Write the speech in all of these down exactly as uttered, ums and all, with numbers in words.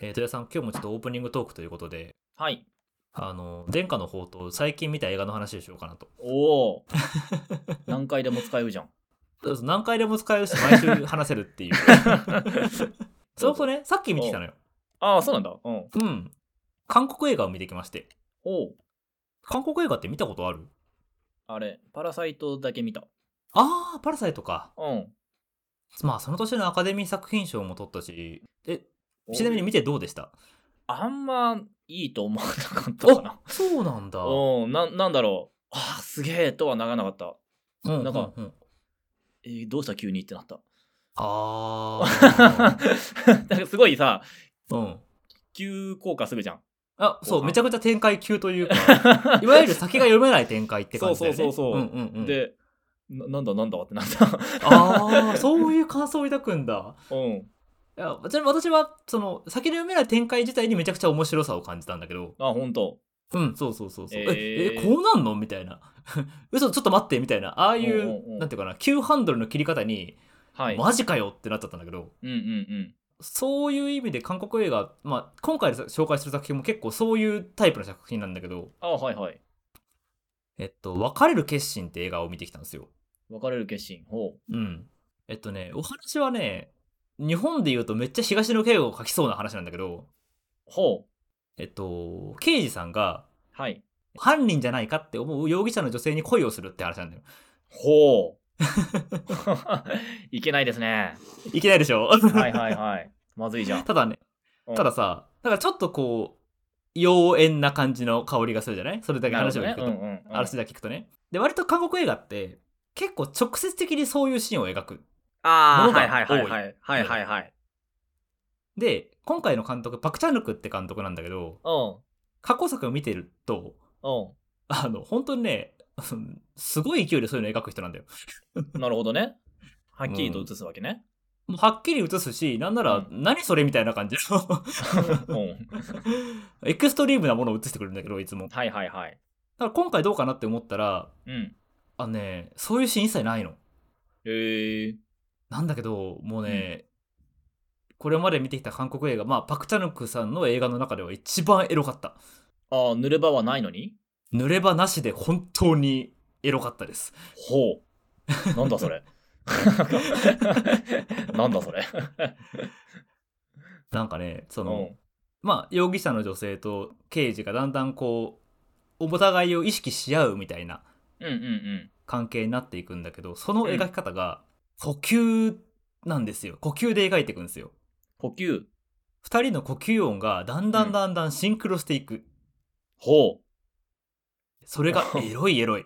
えー、戸谷さん、今日もちょっとオープニングトークということで、 はい。 あの、殿下の宝刀、最近見た映画の話をしようかなと。 おお。何回でも使えるじゃん。 そうそう何回でも使えるし、毎週話せるっていう。そどうぞ。 れこそね、さっき見てきたのよ。 ああ、そうなんだ。うん。 うん。韓国映画を見てきまして。 おう。 韓国映画って見たことある？ あれ、パラサイトだけ見た。 あー、パラサイトか。 うん。 まあ、その年のアカデミー作品賞も取ったし、え、ちなみにお見てどうでした？ あんまいいと思わなかったかな。 あ、そうなんだ。 うん。な、なんだろう。ああ、すげえとはならなかった。 うん、 なんか、 うん、うん。 えーどうした急にってなった。 あなんかすごいさ、 ー。うん。 急降下するじゃん。 あ、そう、 後半めちゃくちゃ展開級というか、いわゆる先が読めない展開ってそう感じだよね。 そうそうそう。 うんうんうん。 で、な、なんだなんだってなった。 ああ、そういう感想を抱くんだ。 うん。 いや、ちなみに私は、その、先の読めない展開自体にめちゃくちゃ面白さを感じたんだけど、 あ、ほんと。 うん、そうそうそうそう。え、え、 えー、 こうなんのみたいな。嘘、ちょっと待って、みたいな。ああいうんうう、 んうん。 なんていうかな、急ハンドルの切り方に、 はい。 マジかよってなっちゃったんだけど、 うんうんうん。 そういう意味で韓国映画、まあ、今回紹介する作品も結構そういうタイプの作品なんだけど、 あ、はいはい。 えっと、別れる決心って映画を見てきたんですよ。 別れる決心。ほうん。えっとね、お話はね、日本で言うとめっちゃ東野圭吾を書きそうな話なんだけど、 う。ほう。 えっと、刑事さんがはい。 犯人じゃないかって思う容疑者の女性に恋をするって話なんだよ。 ほう。いけないですね。 いけないでしょ？ はいはいはい。まずいじゃん。 ただね、 うん。 たださ、だからちょっとこう、妖艶な感じの香りがするじゃない？それだけなるほどね。 話を聞くと。 うんうんうん。 話だけ聞くとね。で、割と韓国映画って結構直接的にそういうシーンを描くもああ、 のはいはいはいが多いはい。はいのよ。 はいはい。 で、今回の監督、パク・チャヌクって監督なんだけど、 うん。 過去作を見てると、 うあの、本当にね、すごい勢いでそういうの描く人なんだよ。 ん。なるほどね。はっきりとうん。 映すわけね。 もうはっきり映すし、なんなら、 うん。 何それみたいな感じのうん。 エクストリームなものを映してくるんだけど、いつも。だはいはいはい。 から今回どうかなって思ったら、 うん。 あのね、そういうシーン一切ないの。 へえ。 なんだけど、もううん。 ね、これまで見てきた韓国映画、まあ、パク・チャヌクさんの映画の中では一番エロかった。 ああ、濡れ場はないのに。 濡れ場なしで本当にエロかったです。 ほう。なんだそれ。なんだそれ。 なんかね、その、 うん。 まあ、容疑者の女性と刑事がだんだんこう、お互いを意識し合うみたいなうんうんうん。 関係になっていくんだけど、その描うん。 き方が呼吸なんですよ。呼吸で描いていくんですよ。 呼吸。 二人の呼吸音がだんだんうん。 だんだんシンクロしていく。 ほう。 それがエロいエロい。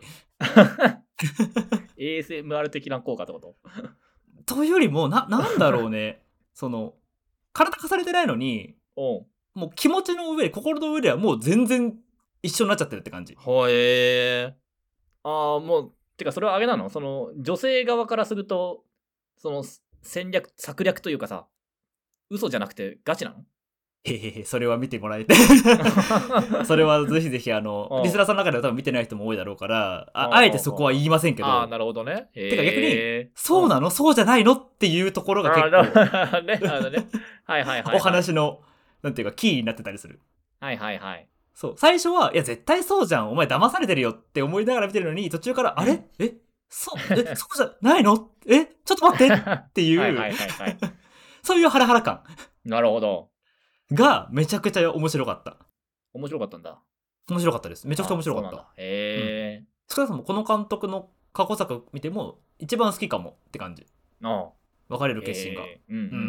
エーエスエムアール 的な効果ってこと？ というよりも、な、なんだろうね。その、体化されてないのに、 おう。 もう気持ちの上、心の上ではもう全然一緒になっちゃってるって感じ。 ほえー。ああ、もう、てかそれはあれなの？その、女性側からすると、その、戦略、策略というかさ、嘘じゃなくてガチなの？ へへへ、それは見てもらえて。それはぜひぜひ、あの、リスナーさんの中では多分見てない人も多いだろうから、ああえてそこは言いませんけああ、 ど、 なるほどね。 てか逆に、 へえ。 そうなのそうじゃないのっていうところが結ああ、な構、 るほどね。はいはいはい、はい。 お話の、なんていうか、キーになってたりする。 はいはいはい。 そう、最初は、いや、絶対そうじゃん、お前騙されてるよって思いながら見てるのに、途中から、あれえそう、え、そうじゃないのえちょっと待ってっていう、 はいはいはいはい。 そういうハラハラ感なるほど。 がめちゃくちゃ面白かった。 面白かったんだ。 面白かったです。めちゃくちゃ面白かった。 そうなんだ。へえ。 少なくともこの監督の過去作見ても一番好きかもって感じ。 ああ。 別れる決心が。 へーうんうんうんうん。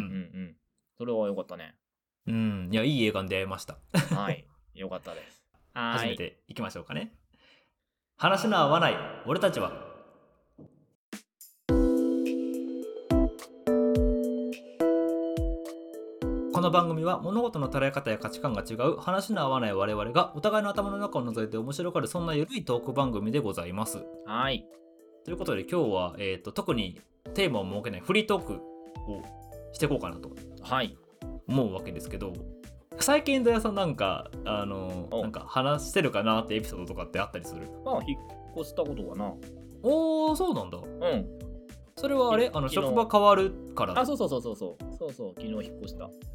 それは良かったね。 うん。いや、いい映画に出会いました。 はい。良かったです。はーい。 初めて行きましょうかね。話の合わない俺たちは。この番組は物事の捉え方や価値観が違う話の合わない我々がお互いの頭の中を覗いて面白がるそんなゆるいトーク番組でございます。 はい。 ということで今日は、えーと、特にテーマを設けないフリートークをしていこうかなとはい。 思うわけですけど、最近戸谷さんなんかあのおなんか話してるかなってエピソードとかってあったりする？ まあ、引っ越したことかな。 おー、そうなんだ。 うん。 それはあれあの昨日職場変わるから？ あ、そうそうそうそうそう。そうそう。昨日引っ越した。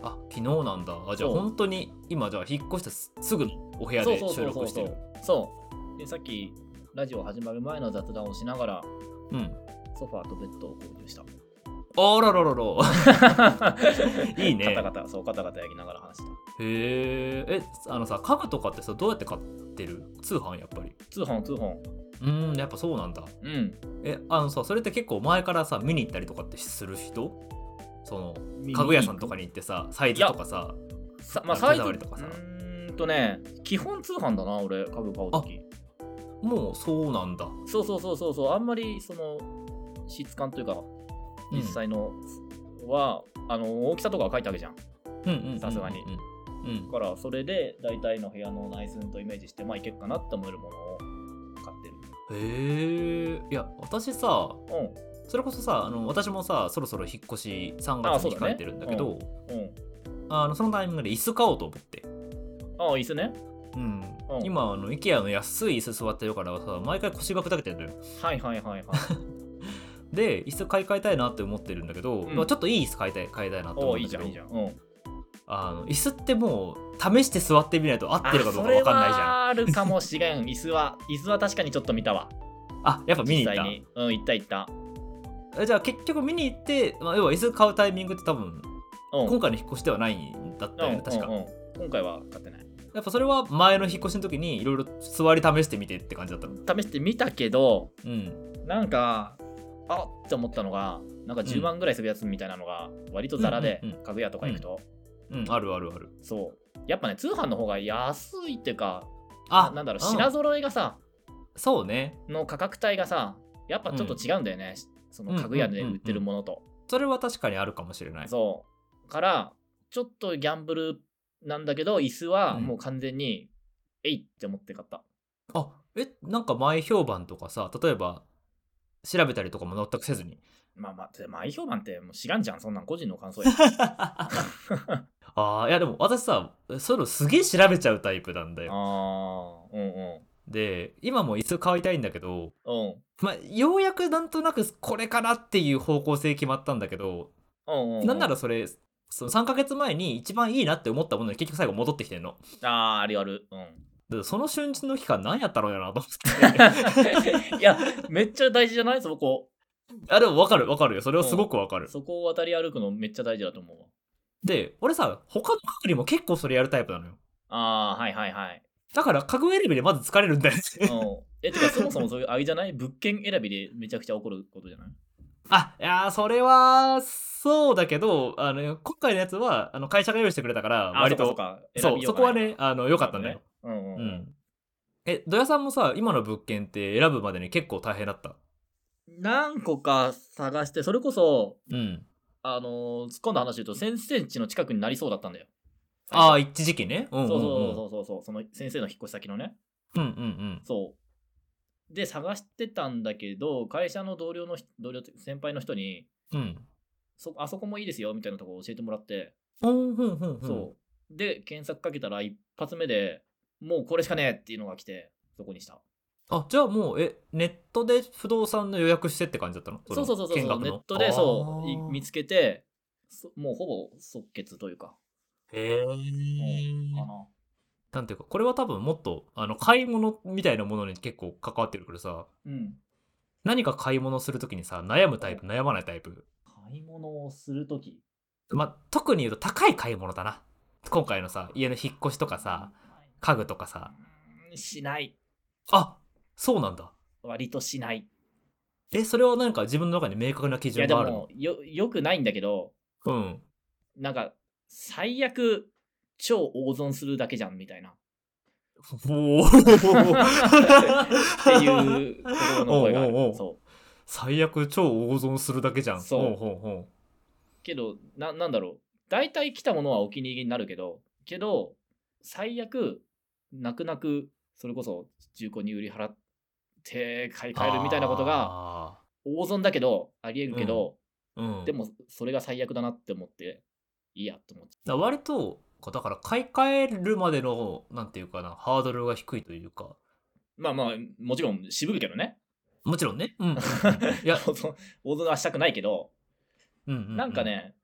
あ、昨日なんだ。あ、じゃあそう本当に今じゃあ引っ越してすすぐのお部屋で収そうそうそうそう録してる。 そうでさっきラジオ始まる前の雑談をしながらうん。 ソファーとベッドを購入した。 あらららら。いいね。 カタカタ、そう、カタカタやりながら話した。 へえ。え、あのさ、家具とかってさ、どうやって買ってる？通販やっぱり。 通販、通販。 うーん、やっぱそうなんだ。 うん。 え、あのさ、それって結構前からさ、見に行ったりとかってする人？その、 見に家具屋さんとかに行ってさ、サイズとかさ、 さまあ、 あサイズ手触りとかさうーんとね、基本通販だな、俺、家具買うとき。 もうそうなんだ。 そうそうそうそうそう、あんまりその質感というか、実際のは、あの大きさとかは書いてあるじゃん。さすがに。 うん。 だからそれで大体の部屋の内寸とイメージして、まあいけるかなって思えるものを買ってる。 へえ。いや、私さ、 うん。 それこそさ、あの私もさ、そろそろ引っ越しさんがつに控えてるんだけど、 うん。 あのそのタイミングで椅子買おうと思って。 ああ、椅子ね。 うん。 うん今、あの IKEA の安い椅子座ってるからさ、毎回腰が砕けてるのよ。 はいはいはいはい。 で、椅子買い替えたいなって思ってるんだけど、 うんまあ、ちょっといい椅子買いたい買いたいなって思おお、 うんだけど、 いいじゃんいいじゃん。うん。 あの椅子ってもう試して座ってみないと合ってるかどうか分かんないじゃん。 あ、それはあるかもしれん。椅子は、椅子は確かにちょっと見たわ。 あ、やっぱ見に行った。 実際に。うん、行った行った。 えじゃあ結局見に行って、まあ、要は椅子買うタイミングって多分、 うん、 今回の引っ越しではないんだったよね、確か、 うんうんうん。今回は買ってない。 やっぱそれは前の引っ越しの時にいろいろ座り試してみてって感じだったの。 試してみたけど、 うん。 なんか、あっって思ったのが、なんかじゅうまんぐらいするやつみたいなのが、割とザラで、 うんうんうん家具屋とか行くと、 うん、あるあるある。 そう。やっぱね、通販の方が安いっていうか、 あ、 ななんだろう、 うん品揃えがさ、 そうね。 の価格帯がさ、やっぱちょっと違うんだよね。その家具屋で売ってるものと。 それは確かにあるかもしれない。 そう。から、ちょっとギャンブルなんだけど、椅子はもう完全に、えいって思って買った。 あ、え、なんか前評判とかさ、例えば調べたりとかも全くせずに。 まあまあ、前評判ってもう知らんじゃん、そんなん個人の感想や。 ああ、いやでも私さ、そういうのすげえ調べちゃうタイプなんだよ。 ああ、うんうん。 で、今も椅子買いたいんだけど、 うん。 まあ、ようやくなんとなくこれかなっていう方向性決まったんだけど、 うんうんうん、 なんならそれ、そのさんかげつまえに一番いいなって思ったものに結局最後戻ってきてんの。 ああ、あるある。うん。 だからその瞬時の期間何やったろうやなと思って。 いや、めっちゃ大事じゃないそこ。 あ、でも分かる分かるよ。それはすごく分かる。 そこを渡り歩くのめっちゃ大事だと思うわ。 で、俺さ、他の家具にも結構それやるタイプなのよ。 ああ、はいはいはい。 だから家具選びでまず疲れるんだよね。 うん。え、てかそもそもそういうあれじゃない物件選びでめちゃくちゃ起こることじゃない？ あ、いやーそれは、そうだけど、あの、今回のやつは、あの、会社が用意してくれたから、割と、 そうかそう、そこはね、あの、良かったんだよ。 うんうん、うん。 え、土屋さんもさ、今の物件って選ぶまでに結構大変だった？ 何個か探して、それこそ、 うん。 あのー、突っ込んだ話言うと、先生家の近くになりそうだったんだよ。 ああ、一時期ね。うんうんうん、 そうそうそうそう、その先生の引っ越し先のね。 うんうんうん。 そう。で、探してたんだけど、会社の同僚の、同僚先輩の人に、 うん。 そあそこもいいですよみたいなところ教えてもらって、 うんうんうんうん。 そう。で、検索かけたら一発目でもうこれしかねえっていうのが来て、そこにした。 あ、じゃあもう、え、ネットで不動産の予約してって感じだったの？ そうそうそうそう、 見学のネットでそう見つけて、もうほぼ即決というか。 へえ。 かな。 なんていうか、これは多分もっとあの買い物みたいなものに結構関わってるからさ、 うん、 何か買い物するときにさ、悩むタイプ、悩まないタイプ？ 買い物をするとき、 まあ、特に言うと高い買い物だな。今回のさ、家の引っ越しとかさ、家具とかさ。 しない。 あ、そうなんだ。 割としない。 え、それはなんか自分の中に明確な基準があるの？ いやでもよ、よくないんだけど、 うん。 なんか、最悪、超大損するだけじゃんみたいな。 おおっていう心の声がある。 おうおうおう、 そう。 最悪超大損するだけじゃん。 そう。 ほうほうほう。 けどな、なんだろう。大体来たものはお気に入りになるけど、けど、最悪、泣く泣く、それこそ中古に売り払って買い替えるみたいなことが、大損だけど、ありえるけど、 うんうん、 でも、それが最悪だなって思って、いいやって思って。 だ割と、だから買い替えるまでの、なんていうかな、ハードルが低いというか。 まあまあ、もちろん渋るけどね。 もちろんね。うん。いや、 大損はしたくないけど、 うんうんうん、 なんかね、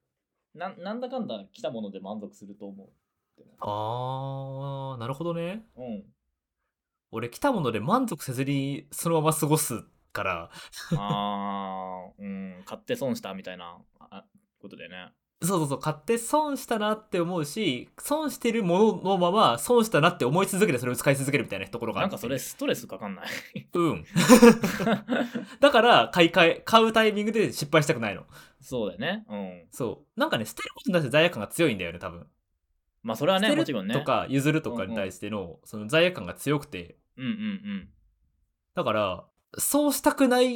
ななんだかんだ来たもので満足すると思う。であー、なるほどね。 もうん。 俺来たもので満足せずにそのまま過ごすから、 あー、うん、買って損したみたいなあことだよね。 そうそうそう、買って損したなって思うし、損してるもののまま損したなって思い続けてそれを使い続けるみたいなところがあって。 なんかそれストレスかかんない。 うん。だから買い替え、買うタイミングで失敗したくないの。 そうだよね。うん。 そう。なんかね、捨てることに対して罪悪感が強いんだよね、多分。 まあそれはね、 捨てるもちろんね。 とか譲るとかに対しての、その罪悪感が強くて、 うんうんうん。 だからそうしたくない、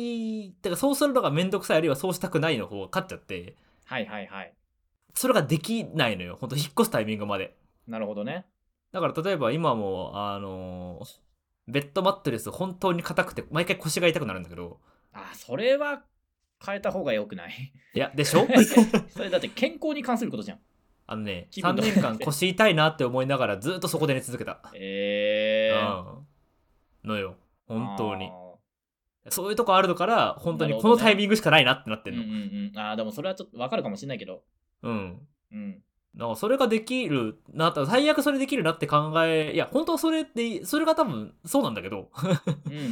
てかそうするのがめんどくさい、あるいはそうしたくないの方が勝っちゃって、 はいはいはい。 それができないのよ、ほんと引っ越すタイミングまで。 なるほどね。 だから例えば今もあのーベッドマットレス本当に硬くて毎回腰が痛くなるんだけど、 あ、それは変えた方が良くない。 いやでしょそれだって健康に関することじゃん。 あのね3 気分とか年間腰痛いなって思いながらずっとそこで寝続けた。 えうんのよ、 ー。 本当に。 あそういうとこあるから本当になるほどねこのタイミングしかないなってなってーうんんの。 うんうん。あーでもそれはちょっとわかるかもしれないけど。 うんうん。 だからそれができるな、最悪それできるなって考え、いや本当はそれってそれが多分そうなんだけど、 うんうんうん。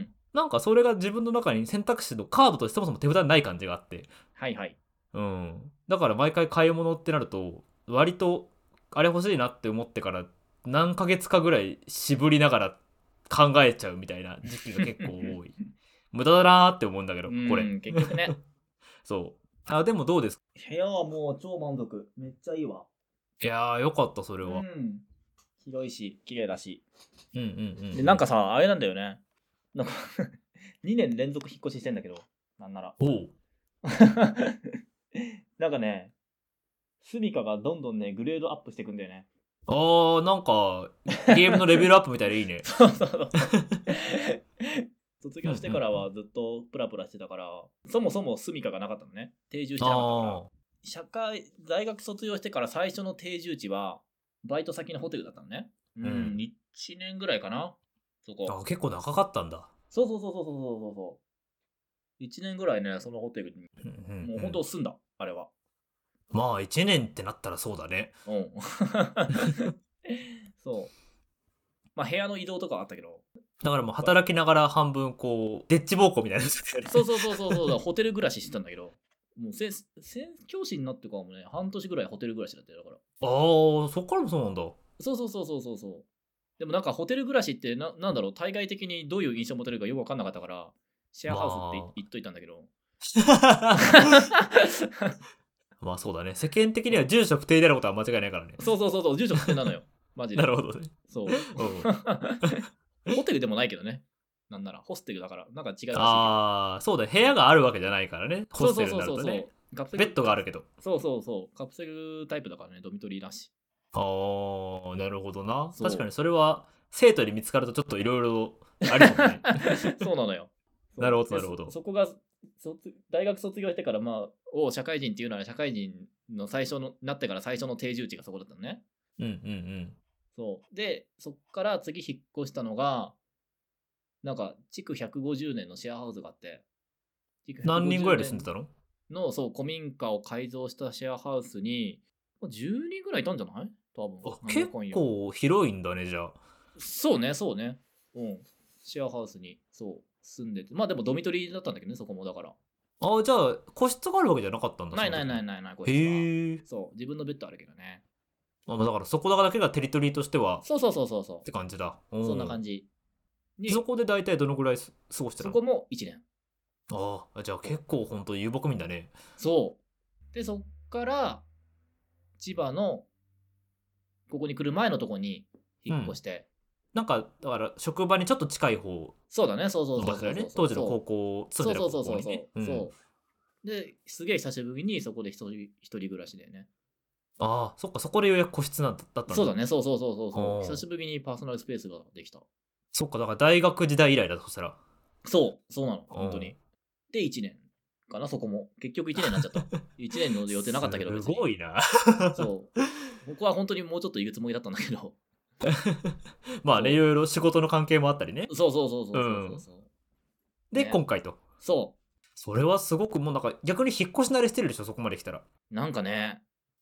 なんかそれが自分の中に選択肢のカードとしてそもそも手札にない感じがあって、 はいはい。 うんだから毎回買い物ってなると割とあれ欲しいなって思ってから何ヶ月かぐらい渋りながら考えちゃうみたいな時期が結構多い。無駄だなーって思うんだけど、 うん、 これ。 結局ね。 そうあでもどうですか？ 部屋はもう超満足。めっちゃいいわ。 いやーよかった、それは。 ん。広いし、綺麗だし。 うんうんうん、 で、なんかさ、あれなんだよね。なんかにねん連続引っ越ししてんだけど、なんなら。 おうなんかね、スミカがどんどんね、グレードアップしていくんだよね。 あーなんかゲームのレベルアップみたいでいいね。 そうそうそう。卒業してからはずっとプラプラしてたから、そもそもスミカがなかったのね。定住してなかったから。 あ社会、大学卒業してから最初の定住地は、バイト先のホテルだったのね。うん、 うんいちねんぐらいかな。そこ。 あ結構長かったんだ。 そうそうそうそうそうそうそう。いちねんぐらいね、そのホテルに、 うんうんうん、 もう本当住んだ、あれは。 まあいちねんってなったらそうだね。 うん。そう。まあ部屋の移動とかはあったけど。 だからもう働きながら半分こうデッチ暴行みたいなやつだよね。 そうそうそうそうそうだ、ホテル暮らししてたんだけど、もう宣宣教師になってからもね、半年ぐらいホテル暮らしだったよ、だから。 ああそっからもそうなんだ。 そうそうそうそうそうそう。でもなんかホテル暮らしってな、なんだろう、対外的にどういう印象を持てるかよく分かんなかったから、シェアハウスってまあ言っといたんだけど。 まあそうだね、世間的には住所不定であることは間違いないからね。 そうそうそうそう、住所不定なのよ。マジで。 なるほどね。 そう。 うん、 ホテルでもないけどね。なんなら、ホステルだから、なんか違うらしいけど。 ああそうだ、部屋があるわけじゃないからね、ホステルになるとそうそうそうね。 そう。 ベッドがあるけど。 そうそうそう。カプセルタイプだからね、ドミトリーらしい。 ああなるほどな。 そう確かにそれは生徒に見つかるとちょっといろいろありそうね。 そうなのよ。そうなるほどでなるほどそそこが卒大学卒業してから、まあ、お社会人っていうなら社会人の最初のなってから最初の定住地がそこだったのね。 うんうんうんそうで、そっから次引っ越したのが、なんか築ひゃくごじゅうねんのシェアハウスがあって、 何人ぐらいで住んでたの？ のそう古民家を改造したシェアハウスにじゅうにんぐらいいたんじゃない？多分。 あ結構広いんだね、じゃあ。 そうね、そうね。うん。シェアハウスにそう住んでて、まあでもドミトリーだったんだけどね、そこもだから。 あじゃあ個室があるわけじゃなかったんだ。 ないないないい。 ないない、こへえ。 そう、自分のベッドあるけどね。 まあだからそこだけがテリトリーとしてはそうそうそうそうそう。 って感じだ。 そんな感じ。にそこで大体どのぐらい過ごしてたの？ そこもいちねん。 ああじゃあ結構ほんと遊牧民だね。 そうで、そっから千葉のここに来る前のとこに引っ越して、 うん、なんかだから職場にちょっと近い方。 そうだね、そうそうそうそう、 ね、当時の高校住んでる高校にね。そうそうそうそう、 うん、 そうですげえ久しぶりにそこで一人一人暮らしでね。 ああそっか、そこでようやく個室なんだったんだ。 そうだね、そうそうそうそうそう、久しぶりにパーソナルスペースができた。 そっか、だから大学時代以来だとしたら。 そうそうなの、本当に。でいちねんかな、そこも結局いちねんになっちゃった。いちねんの予定なかったけど別に。 すごいな。 そう僕は本当にもうちょっと行くつもりだったんだけどまあね、いろいろ仕事の関係もあったりね。 そうそうそうそうそうそう、うん、 で、 ね、 今回と。 そうそれはすごくもうなんか逆に引っ越し慣れしてるでしょ、そこまで来たら。 なんかね、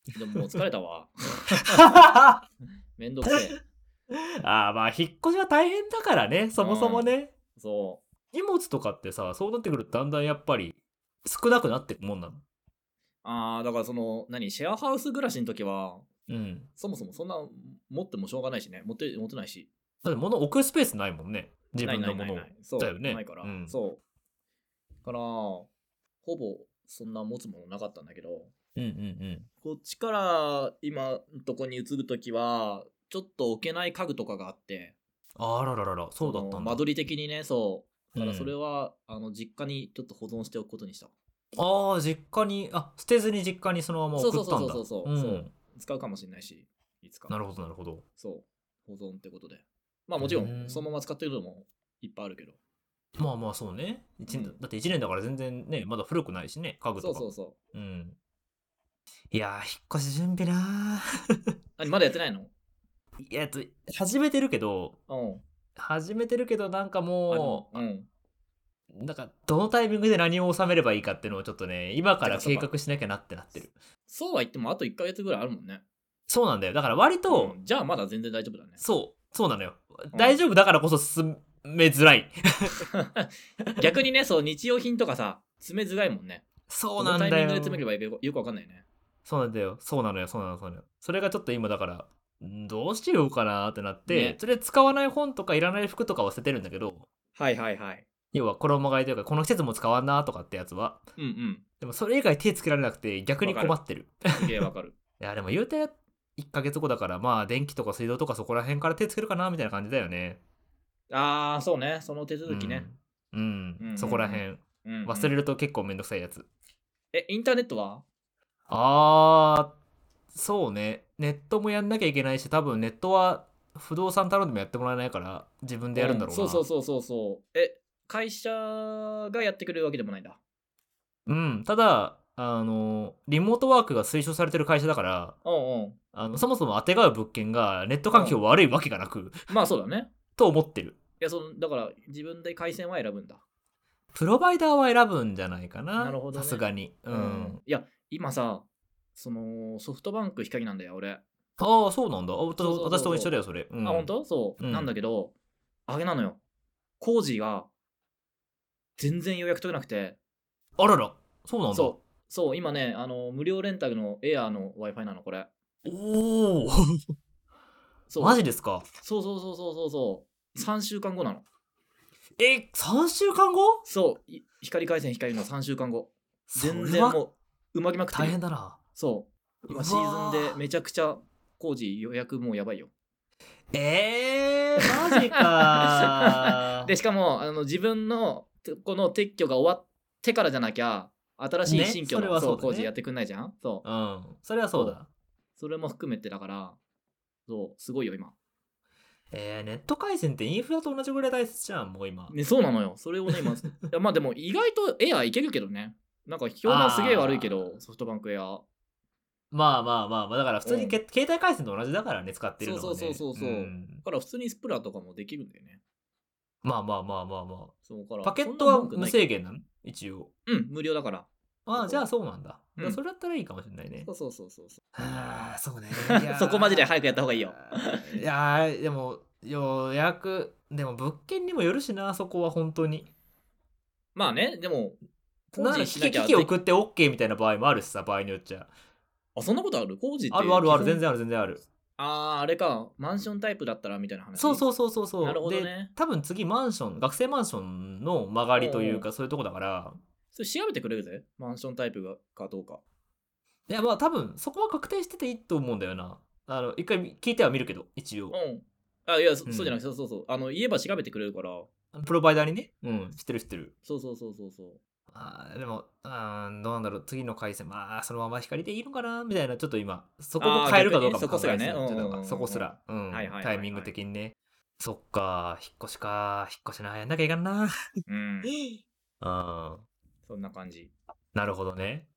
でももう疲れたわ。 あめんどくせえ。 あ、まあ引っ越しは大変だからね、そもそもね。 そ荷物とかってさ、そうなってくるとだんだんやっぱり少なくなってくもんなの。 う。ああ、だからその、何、シェアハウス暮らしの時は、 うん。 そもそもそんな持ってもしょうがないしね。持って持ってないし。 だって物置くスペースないもんね。自ない分のものを。 ないないない。そう。 だよね。 ないから。 うん。 そう。から、ほぼそんな持つものなかったんだけど、 うんうんうん。 こっちから今のとこに移るときは、ちょっと置けない家具とかがあって、 あらららら、そうだったんだ。 の間取り的にね、そう。だからうんそれは、あの実家にちょっと保存しておくことにした。 ああ、実家に、あ、捨てずに実家にそのままそう送ったんだ。 そうそうそうそう、 んそう使うかもしれないし、いつか。 なるほど、なるほど。 そう。保存ってことで。まあもちろうんん、そのまま使ってるのもいっぱいあるけど。 まあまあそうね。一年うんだっていちねんだから全然ね、まだ古くないしね、家具とか。 そうそうそう。 うん。いやー、引っ越し準備なー。 何、まだやってないの？ いや、えっと、始めてるけど、 うん。 始めてるけど、なんかあでももうん。 う、なんか、どのタイミングで何を収めればいいかっていうのをちょっとね、今から計てかそっか画しなきゃなってなってる。 そうは言ってもあといっかげつぐらいあるもんね。 そうなんだよ。だから割と、 うんじゃあまだ全然大丈夫だね。 そう、そうなのよ。 うん大丈夫だからこそ進めづらい。 逆にね、そう、日用品とかさ、詰めづらいもんね。 そうなんだよ。 どのタイミングで詰めればいいかよよくわかんないね。 そうなんだよ。そうなのよ。そうなの、そうなのよ。それがちょっと今だから、んどうしようかなってなって、 ねそれで使わない本とかいらない服とかは捨ててるんだけど、 はいはいはい。 要は衣替えというか、この季節も使わんなとかってやつは。 うんうん。 でもそれ以外手つけられなくて逆に困ってる。 すげえわかる。 いや、でも言うていっかげつごだから、まあ電気とか水道とかそこら辺から手つけるかなみたいな感じだよね。 ああ、そうね。その手続きね。 うん。うん、 うんうんうんそこら辺。 うんうん忘れると結構めんどくさいやつ。 え、インターネットは？ あー、そうね。ネットもやんなきゃいけないし、多分ネットは不動産頼んでもやってもらえないから自分でやるんだろうな。 うんそうそうそうそうそう。え、会社がやってくれるわけでもないんだ。 うん。ただ、あの、リモートワークが推奨されてる会社だから、 うんうん。 あのそもそも当てがう物件がネット環境悪いわけがなく、 まあそうだね。 と思ってる。 いや、その、だから自分で回線は選ぶんだ。 プロバイダーは選ぶんじゃないかな。 なるほどねさすがに。うん。 いや、今さ、そのソフトバンク光なんだよ、俺。 ああ、そうなんだ。あわたそうそうそうそう私と一緒だよ、それ。うん、 あ、本当？そう、 うんなんだけど、あれなのよ。工事が全然予約取れなくて、 あらら、そうなんだ。 そう、そう、今ね、あの、無料レンタルのエアーの Wi-Fi なの、これ。 おおそうマジですか。 そうそうそうそうそうそう。さんしゅうかんごなの。 え、さんしゅうかんごそう、い光回線光のさんしゅうかんご。 そ全れは然もう、うまぎまくってるよ大変だな。 そう。今うわーシーズンでめちゃくちゃ工事予約もうやばいよ。 えー、マジかで、しかも、あの自分のこの撤去が終わってからじゃなきゃ、新しいね新居の、 それはそうだね工事やってくんないじゃんそう。 うん、それはそうだ。 それも含めてだから、そう、すごいよ、今。 えー、ネット回線ってインフラと同じぐらい大切じゃん、もう今。 ね、そうなのよ。それをね、今。いやまあでも、意外とエアーいけるけどね。なんか評判すげえ悪いけど、ソフトバンクエアー。 まあまあまあまあ、だから普通にうんけ、携帯回線と同じだからね、使ってるのはね。 そうそうそうそうそううんだから普通にスプラとかもできるんだよね。 まあまあまあまあまあ。 そうからパケットは無制限なの一応。 うん、無料だから。 ああ、じゃあそうなんだ。 うんだからそれだったらいいかもしれないねそ。うそうそうそうそはあ、そうね。 う。そこマジで早くやった方がいいよ。 いやー、でも、予約、でも物件にもよるしな、そこは本当に。 まあね、でも、工なんか事しなきゃ機器送って OK みたいな場合もあるしさ、場合によっちゃ。 あ、そんなことある工事って。 あるあるある、 基本全然ある、全然ある。 あー、あれか。マンションタイプだったらみたいな話。 そうそうそうそうそう。 なるほどねで、多分次マンション、学生マンションの曲がりというか、そういうとこだから、 それ調べてくれるぜ。マンションタイプがかどうか。 いや、まあ多分そこは確定してていいと思うんだよな。あの、一回聞いてはみるけど、一応。 うん。あ、いや、そうんそうじゃなくて、そうそうそう。あの、言えば調べてくれるから。 プロバイダーにね。うん、知ってる知ってる。 そうそうそうそうそう。 あーでも、あーどうなんだろう、次の回線、まあ、そのまま光でいいのかなみたいな、ちょっと今、そこも変えるかどうかも考えてるあー逆にそこすらねちょっとなんかうんうんうんうんそこすら、うんはいはいはいはいタイミング的にね。そっか、引っ越しか、引っ越しな、やんなきゃいかんな。 うん。 あそんな感じ。 なるほどね。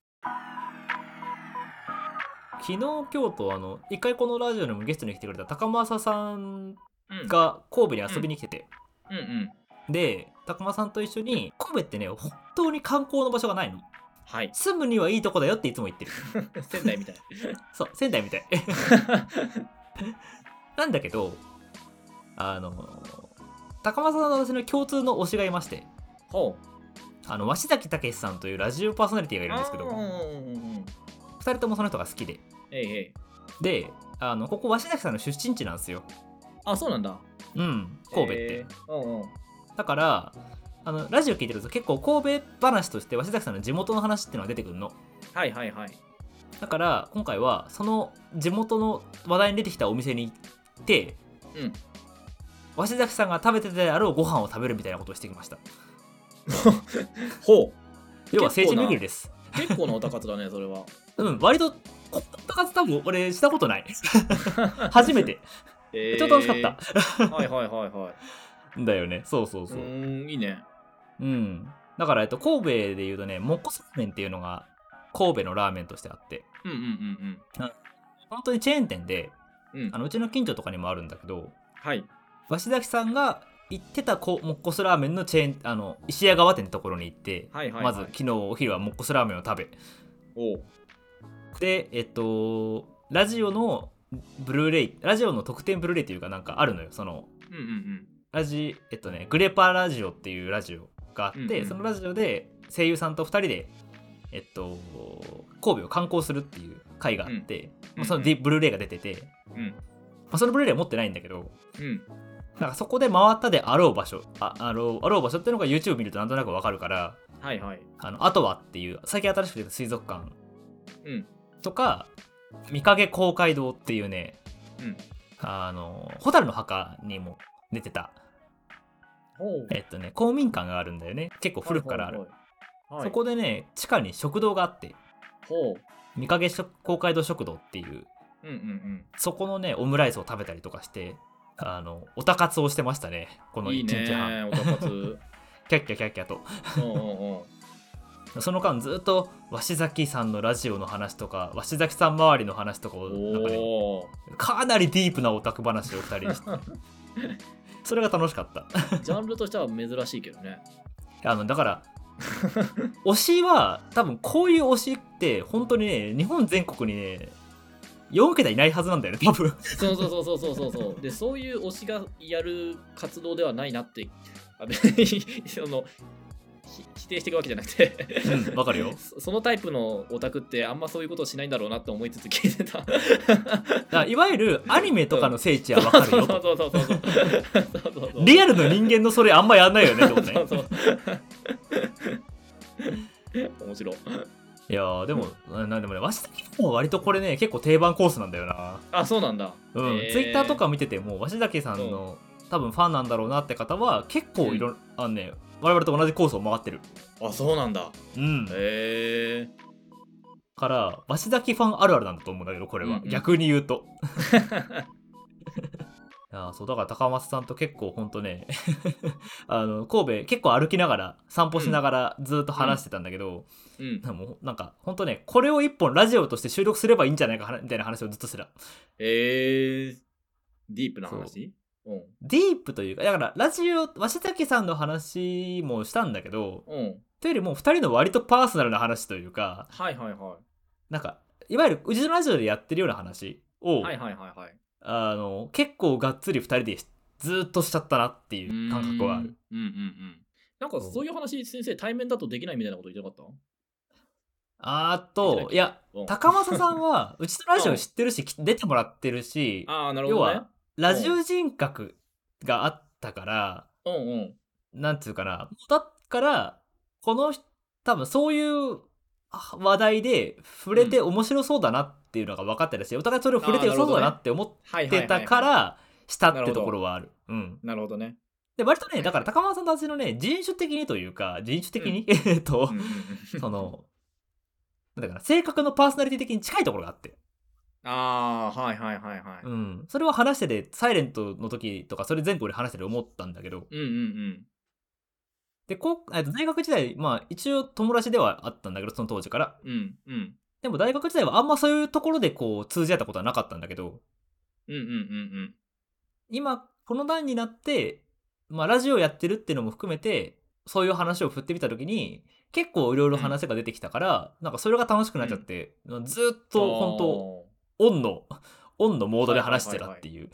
昨日、今日と、あの、一回このラジオにもゲストに来てくれた高政さんうん。 が神戸に遊びに来てて、 うんうん。 で、高政さんと一緒に、神戸ってね、本当に観光の場所がないの。 はい。 住むにはいいとこだよっていつも言ってる。 仙台みたい。 そう仙台みたいなんだけどあの高松さんの私の共通の推しがいまして、 ほう。 あの鷲崎武さんというラジオパーソナリティがいるんですけど、 あーうんうんうんうんふたりともその人が好きで、 えいえい。 であのここ鷲崎さんの出身地なんですよ。 あ、そうなんだ。 うん神戸って、 えーうんうん。 だからあのラジオ聞いてると結構神戸話として鷲崎さんの地元の話っていうのが出てくるの。 はいはいはい。 だから今回はその地元の話題に出てきたお店に行ってうん。 鷲崎さんが食べてたであろうご飯を食べるみたいなことをしてきました。 ほう。 要は聖地結構な巡りです。 結構なおたかつだね、それは。 うん割とこんな活多分俺したことない初めて。 えーちょっと楽しかったはいはいはいはだよね。そうそうい。うそう。 ーん、いいね。 うんだから、えっと、神戸でいうとねもっこすラーメンっていうのが神戸のラーメンとしてあって、 うんうんうん本当にチェーン店で、 うん。うん。 あのうちの近所とかにもあるんだけど、 はい。 鷲崎さんが行ってたこもっこすラーメンのチェーン、あの石屋川店ってところに行って、 はいはいはい。 まず昨日お昼はもっこすラーメンを食べ、 おう。 でえっとラジオのブルーレイラジオの特典ブルーレイっていうかなんかあるのよ。そのうんうんうん。 ラジえっとねグレパラジオっていうラジオがあって、 うんうんそのラジオで声優さんとふたりでえっと神戸を観光するっていう回があって、 うんまあ、そのディブルーレイが出てて、 うんまあ、そのブルーレイは持ってないんだけど、 うんなんかそこで回ったであろう場所 あ, あ, ろうあろう場所っていうのが YouTube 見るとなんとなくわかるから、 はいはい。 あのあとはっていう最近新しく出た水族館うんとか御影公会堂っていうね、 うん。 あの蛍の墓にも出てたほう。 えっとね公民館があるんだよね。結構古くからある、 はいはいはい。 そこでね地下に食堂があって、 ほう。 御影公会堂食堂っていう、 うんうんうん。 そこのねオムライスを食べたりとかして、あのおたかつをしてましたねこのいいいちにちはん。 ね、おたかつ。 キャッキャキャッキャとうんうんうん。 その間ずっと鷲崎さんのラジオの話とか鷲崎さん周りの話とかをなんか、ね、 おー。 かなりディープなオタク話をふたりにしてそれが楽しかったジャンルとしては珍しいけどね。 あのだから推しは多分こういう推しって本当にね日本全国にねよんけたいないはずなんだよね多分そうそうそうそうそうそうそう。で、そういう推しがやる活動ではないなって、あ別にそのひ否定していくわけじゃなくてうんわかるよそそのタイプのオタクってあんまそういうことをしないんだろうなって思いつつ聞いてただからいわゆるアニメとかの聖地はわかるよそうとそうそうそうそうそうそうリアルの人間のそれあんまやんないよねってことねそうそう面白い。 いやーでも、なんでもね鷲崎さんは割とこれね結構定番コースなんだよな。 あ、そうなんだ。 うん、 へーツイッターとか見てても鷲崎さんの、多分ファンなんだろうなって方は結構いろ、うん、あのね我々と同じコースを回ってる。 あ、そうなんだ。 うんへえ。 から鷲崎ファンあるあるなんだと思うんだけどこれは、 うんうん、 逆に言うといやそうだから高松さんと結構ほんとねあの神戸結構歩きながら散歩しながらずっと話してたんだけど、 うんうん、 もうなんかほんとねこれを一本ラジオとして収録すればいいんじゃないかみたいな話をずっとしてた。 へえー、ディープな話？ うん、ディープというかだからラジオ鷲崎さんの話もしたんだけど、うん、というよりもふたりの割とパーソナルな話というか、 はいはいはい、 なんかいわゆるうちのラジオでやってるような話を、 はいはいはいはい、 あの結構がっつりふたりでずっとしちゃったなっていう感覚はある。 うんうんうん。なんかそういう話先生対面だとできないみたいなこと言ってなかった？ あといや、うん、高政さんはうちのラジオ知ってるし出てもらってるし、 あ、なるほどね、 要はラジオ人格があったから、 うんうん、 なんていうかな、だからこの多分そういう話題で触れて面白そうだなっていうのが分かってたし、うん、お互いそれを触れてよそうだなって思ってたからしたってところはある。 なるほどね。 で割とねだから高松さんたちのね人種的にというか人種的に、うん、えっと、うん、そのだから性格のパーソナリティ的に近いところがあって。 ああ、はいはいはいはい。 うん。それを話してて、サイレントの時とか、それ全部で話してて思ったんだけど。 うんうんうん。 で、こう、大学時代、まあ一応友達ではあったんだけど、その当時から。 うんうん。 でも大学時代はあんまそういうところでこう通じ合ったことはなかったんだけど。 うんうんうんうん。 今、この段になって、まあラジオやってるっていうのも含めて、 そういう話を振ってみた時に結構いろいろ話が出てきたから、うん、なんかそれが楽しくなっちゃって、うん、ずっと本当オンのオンのモードで話してたっていう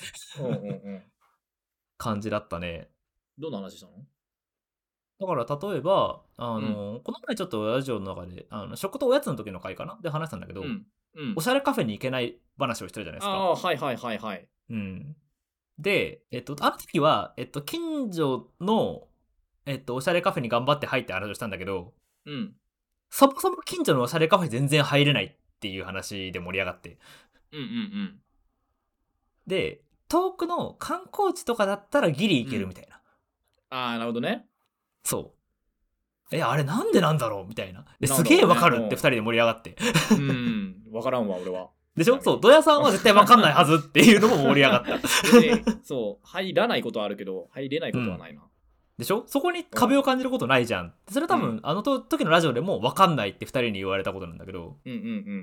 感じだったね。 どんな話したの？ だから例えばあの、うん、この前ちょっとラジオの中であの食とおやつの時の回かなで話したんだけど、うんうん、おしゃれカフェに行けない話をしてるじゃないですか。 ああはいはいはいはい。 うん、で、えっと、あの時は、えっと、近所の、えっと、おしゃれカフェに頑張って入って話をしたんだけど、うん、そもそも近所のおしゃれカフェ全然入れないっていう話で盛り上がって、うんうんうん、で遠くの観光地とかだったらギリ行けるみたいな、 うん、ああなるほどね。 そうえあれなんでなんだろうみたいなですげえわかるってふたりで盛り上がってうんわからんわ俺はでしょ。そうドヤさんは絶対わかんないはずっていうのも盛り上がったそう入らないことはあるけど入れないことはないな、うん、 でしょ。そこに壁を感じることないじゃん。それ多分、うん、あの時のラジオでもわかんないってふたりに言われたことなんだけど、うんうんうん、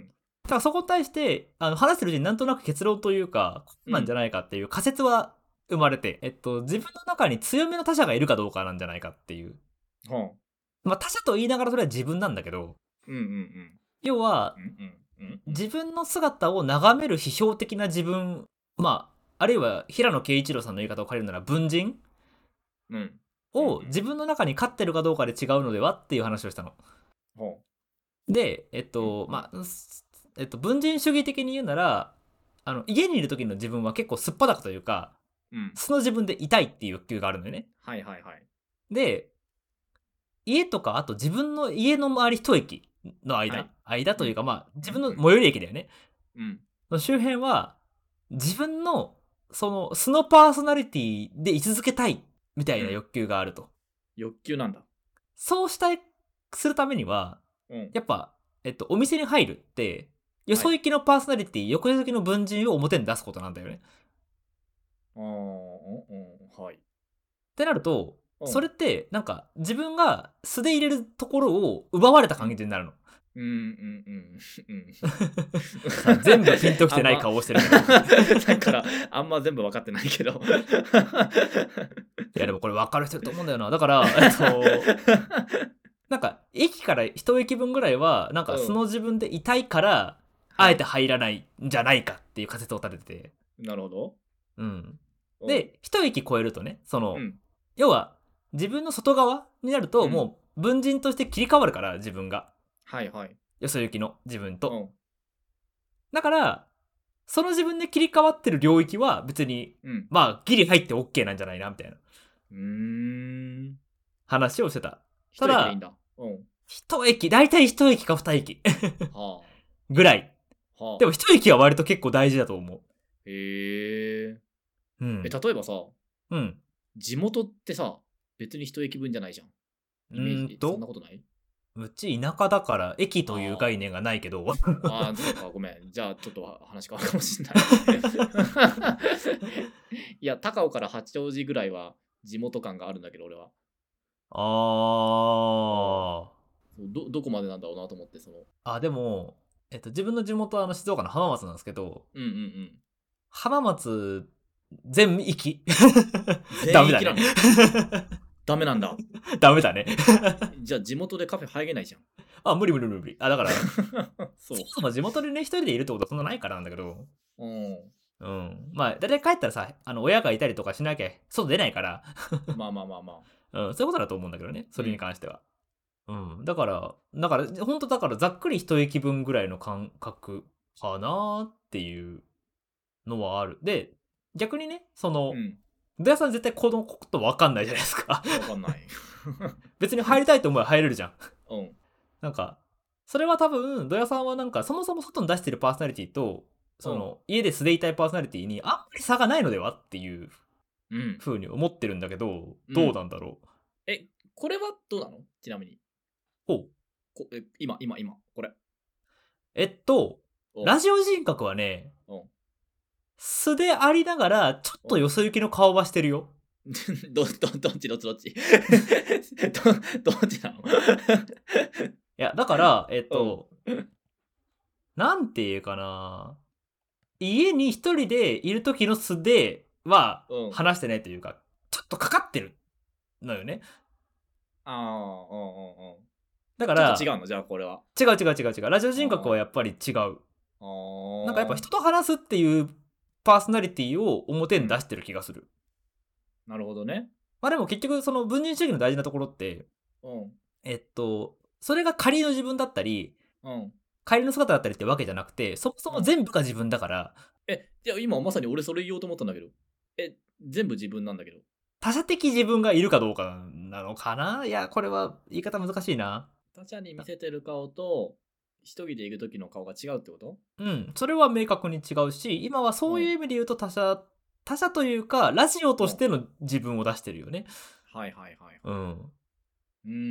だからそこに対してあの話してるうちになんとなく結論というかこうなんじゃないかっていう仮説は生まれて、えっと、自分の中に強めの他者がいるかどうかなんじゃないかっていう、はあまあ、他者と言いながらそれは自分なんだけど、うんうんうん、要は、うんうん自分の姿を眺める批評的な自分、まああるいは平野啓一郎さんの言い方を借りるなら文人、うん、を自分の中に飼ってるかどうかで違うのではっていう話をしたの。うん、でえっと、うん、まあえっと文人主義的に言うならあの家にいる時の自分は結構すっぱだかというか、うん、素の自分でいたいっていう欲求があるのよね。はいはいはい。で家とかあと自分の家の周り一駅の間、はい、間というか、うん、まあ自分の最寄り駅だよね、うん、の周辺は自分のその素のパーソナリティで居続けたいみたいな欲求があると、うん、 欲求なんだ。 そうしたいするためには、うん、やっぱ、えっと、お店に入るってよそ行きのパーソナリティ、はい、横行きの文人を表に出すことなんだよね。あー、うん、はい。ってなるとそれってなんか自分が素で入れるところを奪われた感じになるの。うんうんうんうん。全部ピンときてない顔をしてるけど。 だからあんま全部分かってないけど。 いやでもこれ分かる人いると思うんだよな。だからえっとなんか駅から一駅分ぐらいはなんか素の自分でいたいから、うん、あえて入らないんじゃないかっていう仮説を立ててて。 なるほど。 うん。で一駅越えるとねその、うん、要は自分の外側になると、うん、もう文人として切り替わるから自分がはいはいよそ行きの自分と、うん、だからその自分で切り替わってる領域は別に、うん、まあギリ入って OK なんじゃないなみたいなうーん話をしてた。ただ一駅でいいんだ、うん、一駅大体一駅か二駅はあ、ぐらい、はあ、でも一駅は割と結構大事だと思う。へえ、うん、え例えばさ、うん、地元ってさ別に一駅分じゃないじゃん。イメージそんなことない？ うち田舎だから駅という概念がないけど。 ああ、そうか、ごめん。じゃあちょっと話変わるかもしれない。いや、高尾から八王子ぐらいは地元感があるんだけど、俺は。ああ。ど、どこまでなんだろうなと思って、その。 あ、でも、えっと、自分の地元はあの静岡の浜松なんですけど、うんうんうん。浜松、全域。 全域なの？ダメなんだ。 ダメだね。 じゃあ地元でカフェ入れないじゃん。 あ、無理無理無理無理。あ、だから、そう。そもそも地元でね、一人でいるってことはそんなないからなんだけど。うん。うん。まあ、だいたい帰ったらさ、あの、親がいたりとかしなきゃ、外出ないから。 まあまあまあまあ。うん、そういうことだと思うんだけどね、それに関しては。うん。うん、だから、だから、ほんとだからざっくり一駅分ぐらいの感覚かなっていうのはある。で、逆にね、その、うん土屋さん絶対このこと分かんないじゃないですか。 分かんない。 別に入りたいと思えば入れるじゃん。うん。なんかそれは多分土屋さんはなんかそもそも外に出してるパーソナリティとその、うん、家で素でいたいパーソナリティにあんまり差がないのではっていう風に思ってるんだけど、うん、どうなんだろう。 え、これはどうなの？ちなみに。 ほう。 こえ今今今これ。 えっとラジオ人格はね。うん素でありながらちょっとよそ行きの顔はしてるよ。 どどどっちどっちどっちどどっちなの？いやだからえっと、うん、なんていうかな家に一人でいる時の素では話してないというか、うん、ちょっとかかってるのよね。 ああ、うんうんうん。 だからちょっと違うのじゃあこれは。 違う違う違う違うラジオ人格はやっぱり違う。 あなんかやっぱあ。 人と話すっていうパーソナリティを表に出してる気がする、 なるほどね。 まあでも結局その文人主義の大事なところってうんえっとそれが仮の自分だったりうん仮の姿だったりってわけじゃなくてそもそも全部が自分だから、 え、じゃあ今まさに俺それ言おうと思ったんだけど。え、全部自分なんだけど。 他者的自分がいるかどうかなのかな。いやこれは言い方難しいな。 他者に見せてる顔と一人でいる時の顔が違うってこと？ うんそれは明確に違うし今はそういう意味で言うと他者他者というかラジオとしての自分を出してるよね。 はいはいはい。 うんうー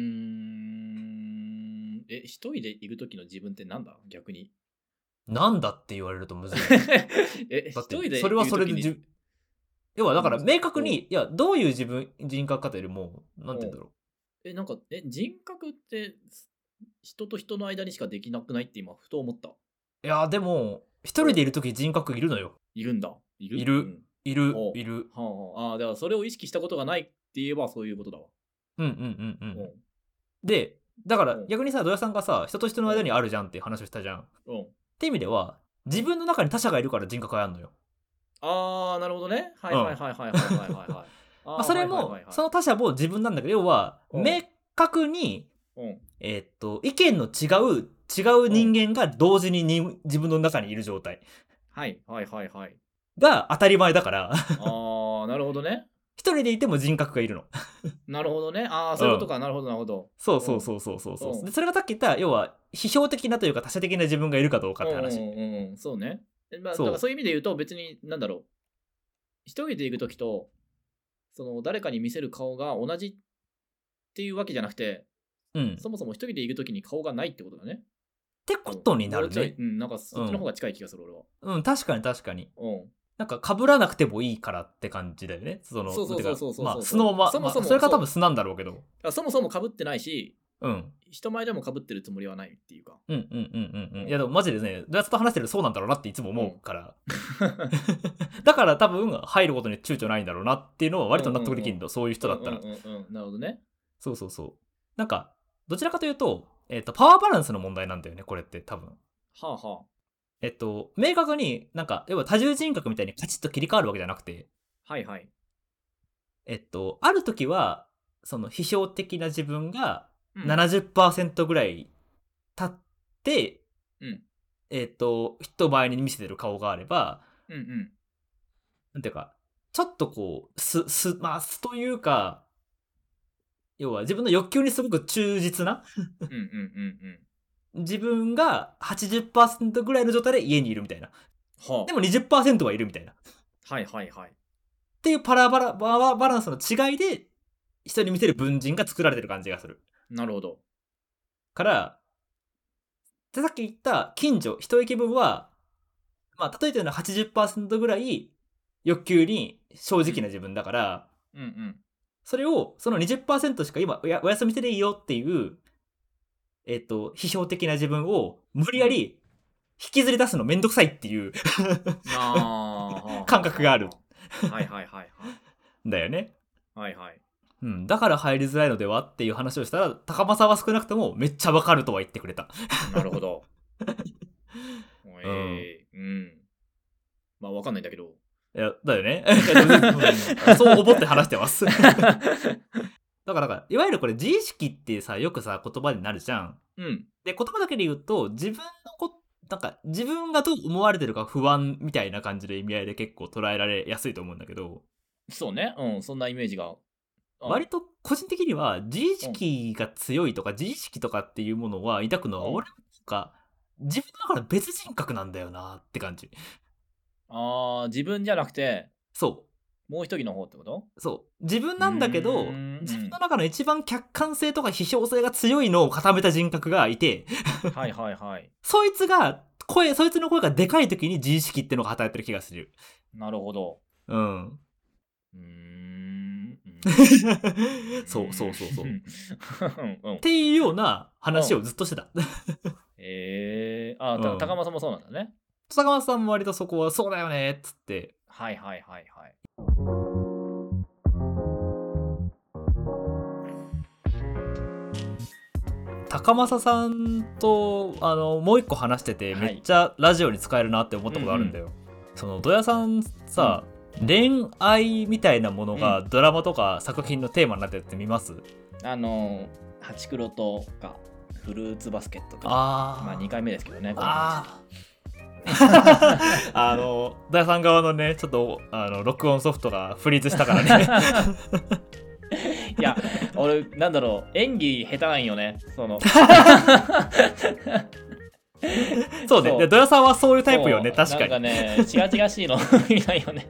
ん。え、一人でいる時の自分ってなんだ逆に。 なんだって言われるとむずい。 え、 だっ一人でいる時にてそれはそれでじ要はだからうん明確にいやどういう自分人格かというよりもなんて言うんだろえ、なんか、え、人格って人と人の間にしかできなくないって今ふと思った。 う。いやでも一人でいる時人格いるのよ。 いるんだ。いるいる、 うん、 いるおいる。 はあはあ、あーだからそれを意識したことがないって言えばそういうことだわ。 うんうんうんうん。 うんでだからうん逆にさ土屋さんがさ人と人の間にあるじゃんっていう話をしたじゃん。っうん。 て意味では自分の中に他者がいるから人格があるのよ。 あー、なるほどね。はいはいはいはいはいはいはいはい。あまあ、 ーそれもはいはいはいはいその他者も自分なんだけど要はうん明確にうんえーっと意見の違う違う人間が同時にに自分の中にいる状態はいはいはいはい。 が当たり前だからあー、なるほどね。 一人でいても人格がいるの。 なるほどね。あー、そういうことか。なるほどなるほど。 そうそうそうそうそうそううんでそれがさっき言った要は批評的なというか他者的な自分がいるかどうかって話。 うんうんうんうん、そうね。えまあ、だそうからそういう意味で言うと別になんだろう。一人でいるときとその誰かに見せる顔が同じっていうわけじゃなくて、 うんっそもそも一人でいるときに顔がないってことだね。 てことになるもうちょいね。 うん、なんかそっちの方が近い気がする、俺は。 うん確かに確かにうん。 なんか被らなくてもいいからって感じだよね。そのそうそうそうそうそうてかまあ素のまそもそもまあそれが多分素なんだろうけどあそもそも被ってないし、 うん人前でも被ってるつもりはないっていうか。 うんうんうんうんうんいやでもマジでねやつと話してるとそうなんだろうなっていつも思うから、だから多分入ることに躊躇ないんだろうなっていうのは割と納得できるんだ、そういう人だったら、 うんうんうんうん、なるほどね。 そうそうそうなんかどちらかというと、えっとパワーバランスの問題なんだよねこれって多分。 はあはえっと明確になんか要は多重人格みたいにカチッと切り替わるわけじゃなくてあ。はいはい。 えっとある時はその批評的な自分がうん、 ななじゅっパーセントぐらい経って、 うんえっと人前に見せてる顔があればうんうんなんていうかちょっとこうすすまあすというか要は自分の欲求にすごく忠実なうんうんうん自分が はちじゅっパーセント ぐらいの状態で家にいるみたいな。 はあ、 でも にじゅっパーセント はいるみたいな。っはいはいはい。 ていうパラバラババランスの違いで人に見せる文人が作られてる感じがする。 なるほど。 からでさっき言った近所一息分はまあ例えてるのは はちじゅっパーセント ぐらい欲求に正直な自分だから、 うんうんそれをその にじゅっパーセント しか今おやお休みしてでいいよっていうえっと批評的な自分を無理やり引きずり出すのめんどくさいっていうあ感覚があるはいはいはいはいんだよね。 はいはい。 うん、だから入りづらいのではっていう話をしたら高政は少なくともめっちゃわかるとは言ってくれた。 なるほど。えー、うん。まあわかんないんだけど。 いやだよね。そう思って話してます。だからだからいわゆるこれ自意識ってさよくさ言葉になるじゃん。 うん。 で言葉だけで言うと自分のこなんか自分がどう思われてるか不安みたいな感じの意味合いで結構捉えられやすいと思うんだけど、 そうね。うん。そんなイメージが。うん割と個人的には自意識が強いとか自意識とかっていうものは抱くのはうん俺なんか自分だから別人格なんだよなって感じ。 ああ、自分じゃなくて、 そもう一人の方ってことうそう自分なんだけうどーん自分の中の一番客観性とか批評性が強いのを固めた人格がいてはいはいはい。 そいつが声そいつの声がでかい時に自意識ってのが働いてる気がする。 なるほど。 うんうーん。 そうそうそうそう。 うんうんっていうような話をずっとしてた。 えー、あ、たうん高間さんもそうなんだね。 坂本さんも割とそこはそうだよねっつってはいはいはいはい。 高政さんとあのもう一個話してて、 はいめっちゃラジオに使えるなって思ったことあるんだよ、うんうん、そのドヤさんさ、うん、恋愛みたいなものがドラマとか作品のテーマになってるって見ます？ あのハチクロとかフルーツバスケットとか、 あ、 まあにかいめですけどね。 ああのドヤさん側のねちょっとあの録音ソフトがフリーズしたからねいや俺なんだろう演技下手なんよねそのそうね、でドヤさんはそういうタイプよね、確かに。 なんかねチラチラしいの見ないよね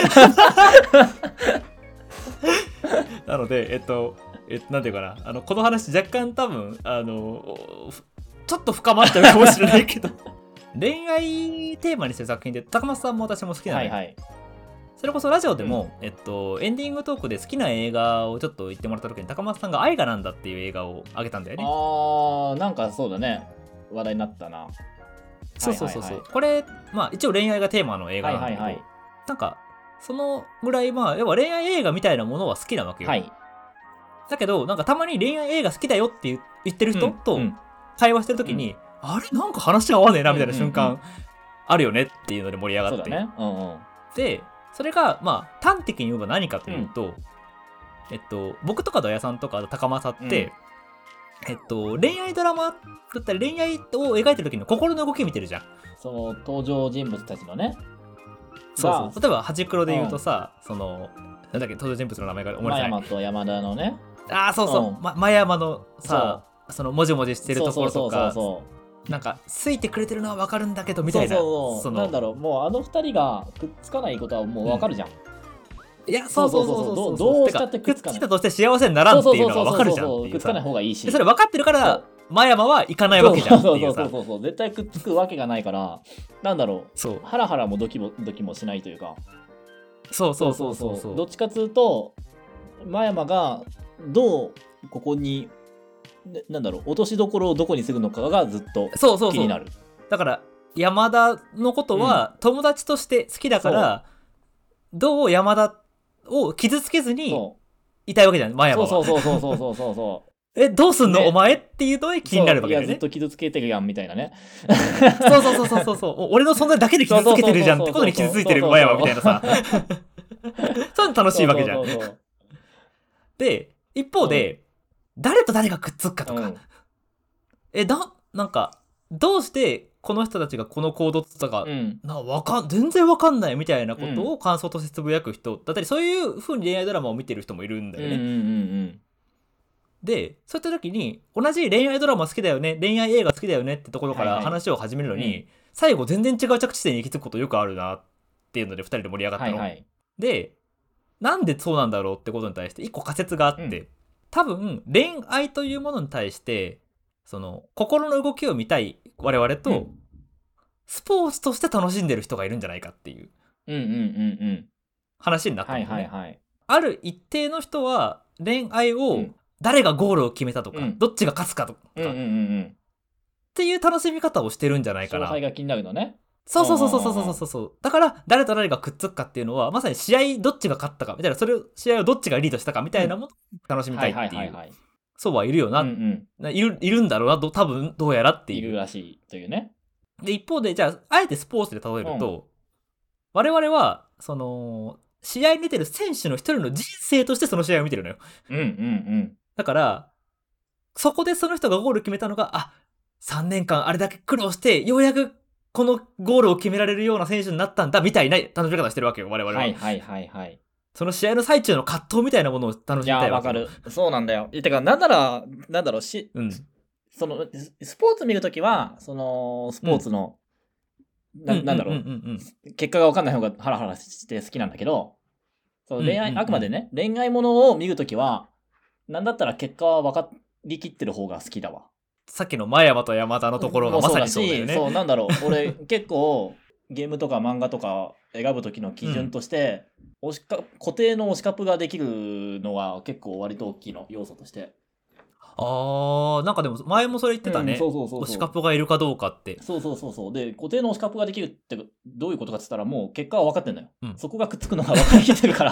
なのでえっとえっとなんていうかな、あのこの話若干多分あのちょっと深まっちゃうかもしれないけど恋愛テーマにしてる作品で高松さんも私も好きなので、はいはい、それこそラジオでも、うん、えっと、エンディングトークで好きな映画をちょっと言ってもらった時に高松さんが愛がなんだっていう映画をあげたんだよね。 あーなんかそうだね、話題になったな。 そうそうそうそう、はいはいはい、これまあ一応恋愛がテーマの映画なんだけど、はいはいはい、なんかそのぐらいまあ要は恋愛映画みたいなものは好きなわけよ、はい、だけどなんかたまに恋愛映画好きだよって言ってる人と会話してる時に、うんうん、あれなんか話合わねえなみたいな瞬間あるよねっていうので盛り上がって、そうだね、うんうん、でそれがまあ端的に言えば何かというと、うん、えっと僕とかドヤさんとか高政って、うん、えっと恋愛ドラマだったり恋愛を描いてる時の心の動き見てるじゃん。 その登場人物たちのね。 そうそう。例えばハチクロで言うとさ、うん、そのなんだっけ登場人物の名前が思い出せない。 真山と山田のね。 ああそうそう。うん、ま、真山のさそ、そのもじもじしてるところとか。そうそうそうそうなんか好いてくれてるのは分かるんだけどみたいな。 そうそうそう。なんだろう、もうあの二人がくっつかないことはもう分かるじゃん。うん、 いやそうそうそうそうそう。 どうしたってくっつかない。 くっついたとして幸せにならんっていうのが分かるじゃんっていうさ。 くっつかない方がいいし。 それ分かってるから真山は行かないわけじゃんっていうさ。 そうそうそうそう。絶対くっつくわけがないから、なんだろう。そう。ハラハラもドキもドキもしないというか。 そうそうそうそうそう。 どっちかっつうと真山がどうここになんだろう落としどころをどこにするのかがずっと気になる。そうそうそう。 だから山田のことは友達として好きだから、うん、どう山田を傷つけずにいたいわけじゃん真山は。 そうそうそうそうそうそうそうえどうすんの、ね、お前っていうので気になるわけだよね。 いやずっと傷つけてるやんみたいなね。 そうそうそうそうそうそう俺の存在だけで傷つけてるじゃんってことに傷ついてる真山みたいなさ。そういうの楽しいわけじゃん。そうそうそうそうで一方で、うん、誰と誰がくっつくかとか、うん、えだなんかどうしてこの人たちがこの行動とか、うん、なんかわかん全然わかんないみたいなことを感想としてつぶやく人だったり、そういう風に恋愛ドラマを見てる人もいるんだよね。うんうんうんうんでそういった時に同じ恋愛ドラマ好きだよね恋愛映画好きだよねってところから話を始めるのに、はいはい、最後全然違う着地点に行き着くことよくあるなっていうのでふたりで盛り上がったの、はいはい、でなんでそうなんだろうってことに対して一個仮説があって、うん、多分恋愛というものに対してその心の動きを見たい我々と、うん、スポーツとして楽しんでる人がいるんじゃないかっていう話になったんですね、はいはいはい、ある一定の人は恋愛を、うん誰がゴールを決めたとか、うん、どっちが勝つかとか、うんうんうんうん、っていう楽しみ方をしてるんじゃないかな。 勝敗が気になるのね。 そうそうそうそうそうそうそう。だから誰と誰がくっつくかっていうのはまさに試合どっちが勝ったかみたいなそれを試合をどっちがリードしたかみたいなものを楽しみたいっていうそうはいるよな、うんうん、いるいるんだろうな多分どうやらっていういるらしいというね。 で一方でじゃああえてスポーツで例えると、うん、我々はその試合に出てる選手の一人の人生としてその試合を見てるのよ。 うんうんうん。 だからそこでその人がゴール決めたのがあさんねんかんあれだけ苦労してようやくこのゴールを決められるような選手になったんだみたいな楽しみ方してるわけよ我々は。 はいはいはいはい。 その試合の最中の葛藤みたいなものを楽しみたいわけよ。いやわかる。そうなんだよ。てかなんならなんだろうし、うん、そのスポーツ見るときはそのスポーツの、うん、な, なんだろう、うんうんうんうん、結果が分かんない方がハラハラして好きなんだけど、その恋愛、うんうんうん、あくまでね恋愛ものを見るときはなんだったら結果は分かりきってる方が好きだわ。 さっきの真山と山田のところがまさにそうだよね。 そうなんだろう俺結構ゲームとか漫画とか選ぶ時の基準として、うん、推しか固定の推しカップができるのが結構割と大きいの要素として。 あー、なんかでも前もそれ言ってたね。 うん、そうそうそうそう。 推しカップがいるかどうかって。 そうそうそうそう。で、固定の推しカップができるってどういうことかって言ったら、もう結果は分かってんだよ。 うん、 そこがくっつくのが分かりきってるから。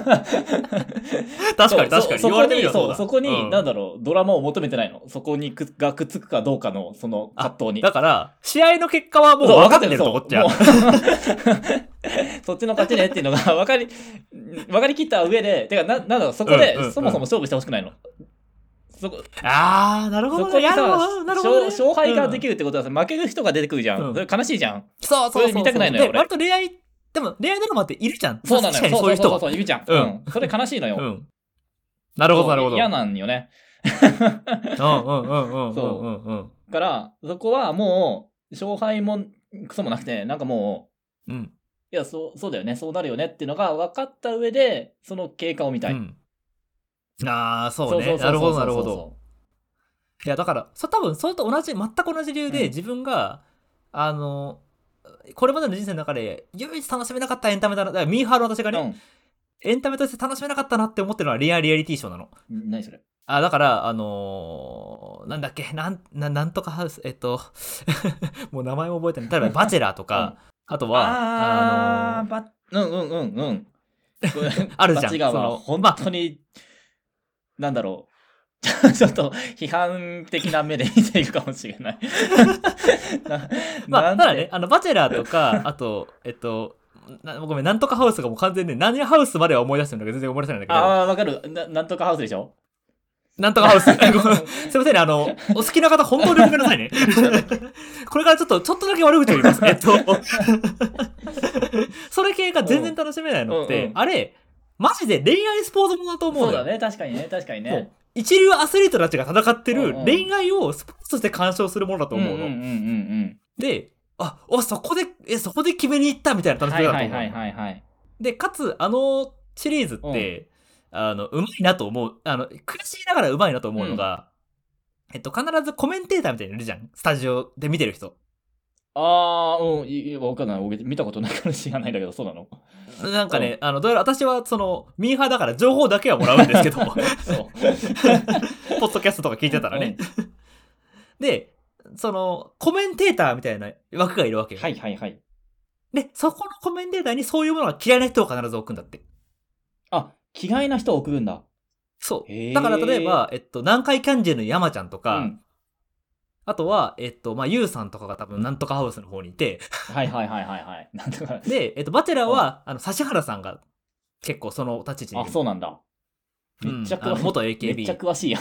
確かに確かに。言われてみればそうだ。 そこに、 うん、 なんだろう、ドラマを求めてないの。そこにくがくっつくかどうかの、その葛藤に。 だから、試合の結果はもうそう分かってるとそうこっちゃ。 そっちの勝ちねっていうのが分かり、分かりきった上で、てか、な、なんだろう、そこでうんうんうんそもそも勝負してほしくないの。そこ、 あー、なるほどね。 そこにさ、 なるほどなるほどね。 勝勝敗ができる。 るってことはさ、負ける人が出てくるじゃん。 うんそれ悲しいじゃん。 そうそうそうそう。 それ見たくないのよで、 俺割と恋愛、でも恋愛ドラマっているじゃん。 そうなのよ。 確かにそういう人は。 そうそうそうそう、いるじゃん。 うんうん。それ悲しいのよ。 うん。なるほどなるほど。 嫌なんよね。 うんうんうんうんうんそうんうん。 だから、そこはもう、勝敗もクソもなくて、なんかもうん。 う、いや、そう、そうだよね、そうなるよねっていうのが分かった上で、その経過を見たい。 うん。ああ、そうね。なるほどなるほど。いや、だから、そ多分それと同じ、全く同じ理由で、 うん自分が、あの、これまでの人生の中で唯一楽しめなかったエンタメだな、だからミーハーの私がね、 うん。 エンタメとして楽しめなかったなって思ってるのはリアリアリティショーなの。 何それ。 あ、だから、あのーなんだっけ、なん、ななんとかハウス、えっと、もう名前も覚えてない。例えば、バチェラーとか、あとは、あのーあー、ば、うんうんうんうん。 あるじゃんバチガーそのは本当に、なんだろう。ちょっと批判的な目で見ていくかもしれない。なまあ、 なんてただね、あの、バチェラーとか、あと、えっと、なごめん、なんとかハウスがもう完全に、何ハウスまでは思い出してるんだけど、全然思い出せないんだけど、 あー、わかるな。なんとかハウスでしょ。 なんとかハウス。ごめんすいませんね、あの、お好きな方、本当にごめんなさいね。これからちょっと、ちょっとだけ悪口を言います。えっと、それ系が全然楽しめないのって、 うんうんあれ、マジで恋愛スポーツものだと思うのよ。 そうだね、確かにね、確かにもうね。 一流アスリートたちが戦ってるうんうん恋愛をスポーツとして鑑賞するものだと思うの。 うんうんうんうんで、あ、お、そこで、え、そこで決めに行ったみたいなうん。 楽しみはいはいだと思うの。 はいはいはい。 で、かつ、あのシリーズって、あの、うまいなと思う、あの、悔しいながらうまいなと思うのが、えっと、必ずコメンテーターみたいにいるじゃん。スタジオで見てる人。 あー、うん、いいわかんない。俺見たことないから知らないんだけど、そうなの。 なんかね、あの、どうやら私は、その、ミーハーだから情報だけはもらうんですけど、 そう。 ポッドキャストとか聞いてたらね。で、その、コメンテーターみたいな枠がいるわけよ。 はいはいはい。 で、そこのコメンテーターにそういうものが嫌いな人を必ず置くんだって。 あ、嫌いな人を送るんだ。 そへーう。だから例えば、えっと、南海キャンディーの山ちゃんとか、 うん。 あとは、えっと、まあ、ゆうさんとかが多分、なんとかハウスの方にいて、 はいはいはいはいはい。なんとか。 で、えっと、バチェラーは、あの、指原さんが結構その立ち位置にいあ、 る。 そうなんだ。めっちゃ詳しい。 うんあの元 エーケービーめっちゃ詳しいやん。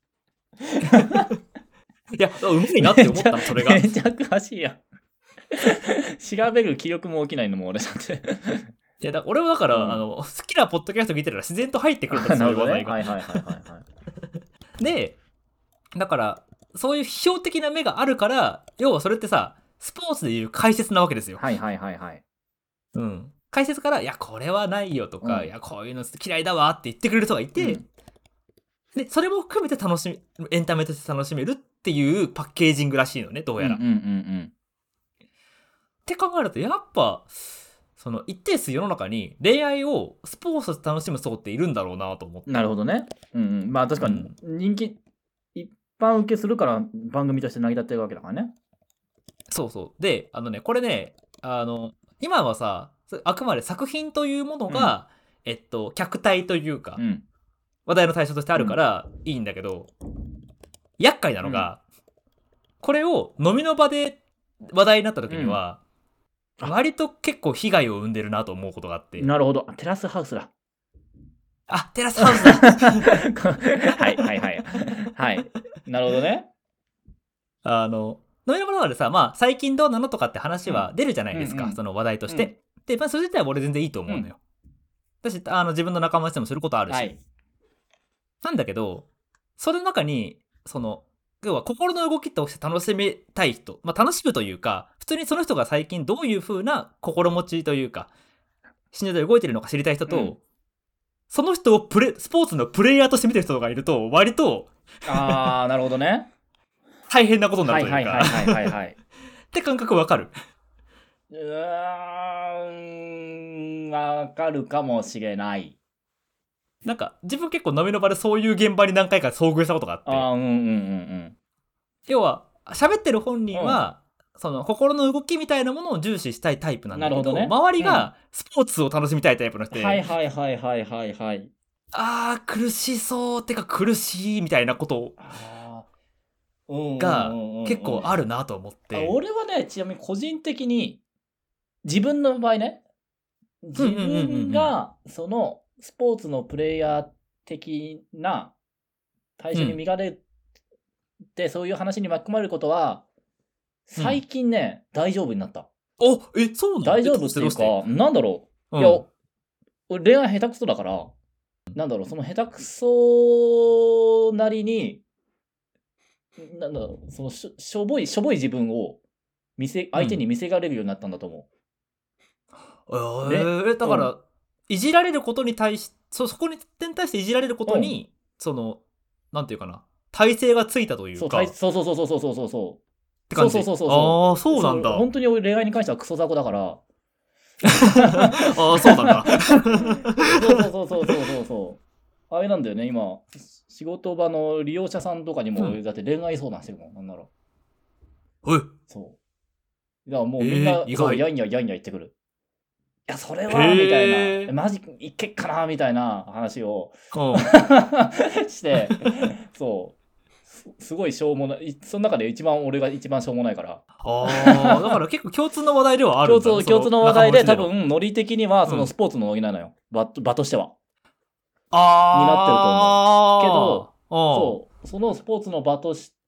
いや、うまいなって思ったの、それがめ。っちゃ詳しいやん。調べる気力も起きないのも俺だって。 いやだ俺はだから、 うんあの、好きなポッドキャスト聞いてたら自然と入ってくるんだ、そういう話題が。 はいはいはいはいはい。 で、だから、そういう批評的な目があるから、要はそれってさ、スポーツでいう解説なわけですよ。 はいはいはいはい。 うん。解説から、いや、これはないよとか、 うんいや、こういうの嫌いだわって言ってくれる人がいて、 うんで、それも含めて楽しみ、エンタメとして楽しめるっていうパッケージングらしいのね、どうやら。 うんうんうんって考えると、やっぱ、その一定数世の中に恋愛をスポーツとして楽しむ層っているんだろうなと思って。 うん。なるほどね。うんうん。まあ確かに人気、一般受けするから番組として成り立ってるわけだからね。 そうそう。で、あのね、これね、あの、今はさ、あくまで作品というものが、えっと、客体というか、 うん。 話題の対象としてあるからいいんだけど、厄介なのが、これを飲みの場で話題になった時には、 うん割と結構被害を生んでるなと思うことがあって。 なるほど。あテラスハウスだ。 あ、テラスハウスだはいはいはい。はい。なるほどね。 あの、飲みの場とかでさ、まあ、最近どうなのとかって話は出るじゃないですか、 うんうんその話題として。で、まあ、それ自体は俺全然いいと思うのよ。私、あの、自分の仲間としてもすることあるし。 はい。 なんだけど、その中に、その、要は心の動きとして楽しみたい人、まあ楽しむというか、普通にその人が最近どういう風な心持ちというか、心情で動いてるのか知りたい人と、 うんその人をプレ、スポーツのプレイヤーとして見てる人がいると、割とあー、なるほどね。 大変なことになはるというか、 いはいはいはいはいはい。 って感覚わかる。 うーん、わかるかもしれない。 なんか自分結構飲みの場でそういう現場に何回か遭遇したことがあって、 ああ、うんうんうん要は喋ってる本人うん。 は、その心の動きみたいなものを重視したいタイプなんだけど、 なるほどね。 周りうん。 がスポーツを楽しみたいタイプの人で、 はいはいはいはいはいはい。 あー苦しそうてか苦しいみたいなことああ、うんうんうんがうん結構うん。 あるなと思っあ、 て。 俺はね、ちなみに個人的に、自分の場合ね、自うんうんうんうんうん。 分がそのスポーツのプレイヤー的な対象に見られて、そういう話に巻き込まれることは、最近ね、大丈夫になった。 お、え、そうなの？ 大丈夫っていうか、なんだろう。いや、 うん俺恋愛下手くそだから、なんだろう、その下手くそなりに、なんだろう、そのしょしょぼい、しょぼい自分を見せ、相手に見せられるようになったんだと思えう。で、 ー、だかうんら、いじられることに対しそそこに点対していじられることに、そのなんていうかな、体勢がついたといそう、 うかったいそうそうそうそうそうそうそうそう。 て感じ。 そうそうそうそうそう。 ああ、そうなんだ。 本当に俺恋愛に関してはクソ雑魚だから。 ああ、そうなんだ。 そうそうそうそうそうそうそう。あれなんだよね、今、仕事場の利用者さんとかにも、 うんだって恋愛相談してるもん、なんなら。 え、 そう。だからもうみんな、 えー意外そう、やんややんや言ってくる。いや、それは、 へーみたいな、えマジいけっかな、みたいな話をうんして、そうす。すごいしょうもない。いその中で一番俺が一番しょうもないから。 ああ、だから結構共通の話題ではあるんだね。 共通、共通の話題で多その仲間内分、ノリ的にはそうんのスポーツのノリなのよ。場場としては。 あになってると思う。けど、 そそう、そのスポーツの場として、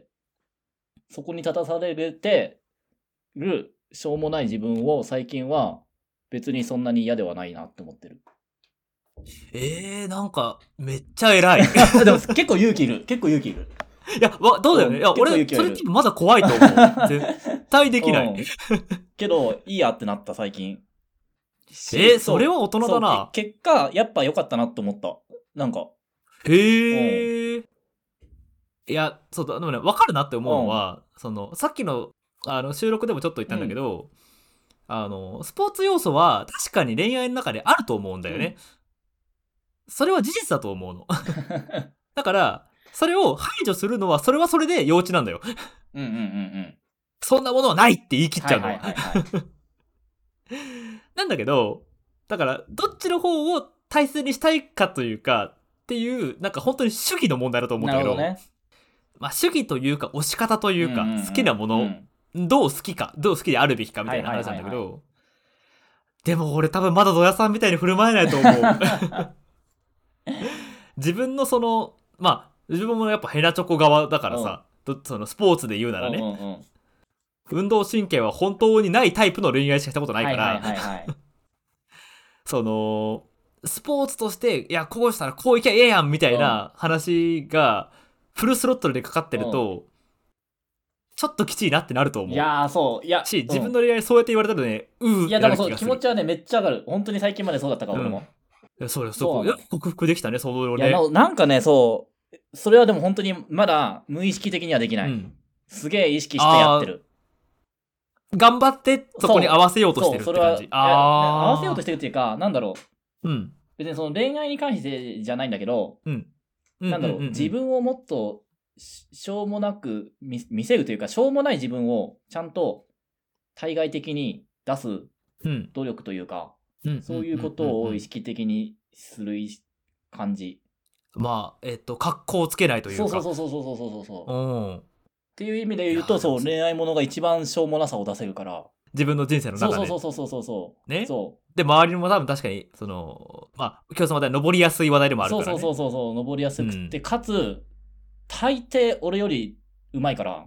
そこに立たされてるしょうもない自分を最近は別にそんなに嫌ではないなって思ってる。 う。えー、なんか、めっちゃ偉い。いでも結構勇気いる。結構勇気いる。 や、わ、どうだよね。いや、 うん結構俺、 勇気はいるそれってまだ怖いと思う。絶対できない。 うんけど、いいやってなった最近。しえーそれは大人だなそうけ結果、やっぱ良かったなって思った。なんか、 へえ。いや、そうだ、でもね、分かるなって思うのは、その、さっきの、あの、収録でもちょっと言ったんだけど、あの、スポーツ要素は確かに恋愛の中であると思うんだよね。それは事実だと思うの。だから、それを排除するのは、それはそれで幼稚なんだよ。 うんうんうんうん。 そんなものはないって言い切っちゃうのは。 はいはいはいはい。 なんだけど、だから、どっちの方を大切にしたいかというか、っていう、なんか本当に主義の問題だと思うんだけど、 なるほどね。 まあ主義というか、推し方というか、 んんん好きなもの、 うんどう好きか、どう好きであるべきかみたいな話なんだけはいはいど、でも俺多分まだドヤさんみたいに振る舞えないと思う。自分のその、まあ、自分もやっぱヘラチョコ側だからさ、どそのスポーツで言うならね、 うんうんうん運動神経は本当にないタイプの恋愛しかしたことないから、 はいはいはいはい。 その、スポーツとして、いや、こうしたらこういきゃええやんみたいな話が、フルスロットルでかかってると、ちょっときちいなってなると思う。 いやーそう。いや、 し、自分うんの恋愛そうやって言われたらね、うーっていやでもそう、 なる気がする。 気持ちはね、めっちゃ上がる。本当に最近までそうだったから、俺も。 いやそうよ、そそうこ、よく克服できたね、それをね。 いやな、なんかね、そう、それはでも本当にまだ無意識的にはできない。 うん、 すげえ意識してやってる。 頑張ってそこに合わせようとしてるってそう、それは感じ。 いやあー合わせようとしてるっていうか、なんだろう。 うん。 別にその恋愛に関してじゃないんだけど、 うん。 なんだろう、 んんんん自分をもっとししょうもなく見見せるというか、しょうもない自分をちゃんと対外的に出すうん努力というか、 うんそういうことを意識識的にするい感じ。 まあ、えっと、格好をつけないというか。 そうそうそうそうそうそうそうそう。 うん。 っていう意味で言うと、 いやそう、 でも恋愛ものが一番しょうもなさを出せるから。 自分の人生のそう中で。 そうそうそうそうそう。 ねそで、周りにも多分確かに、その、まあ、今日その話題、登りやすい話題でもあう。そうるからね。 そうそうそうそう、登りやすくって、 うんかつ、大抵俺よりうまいから。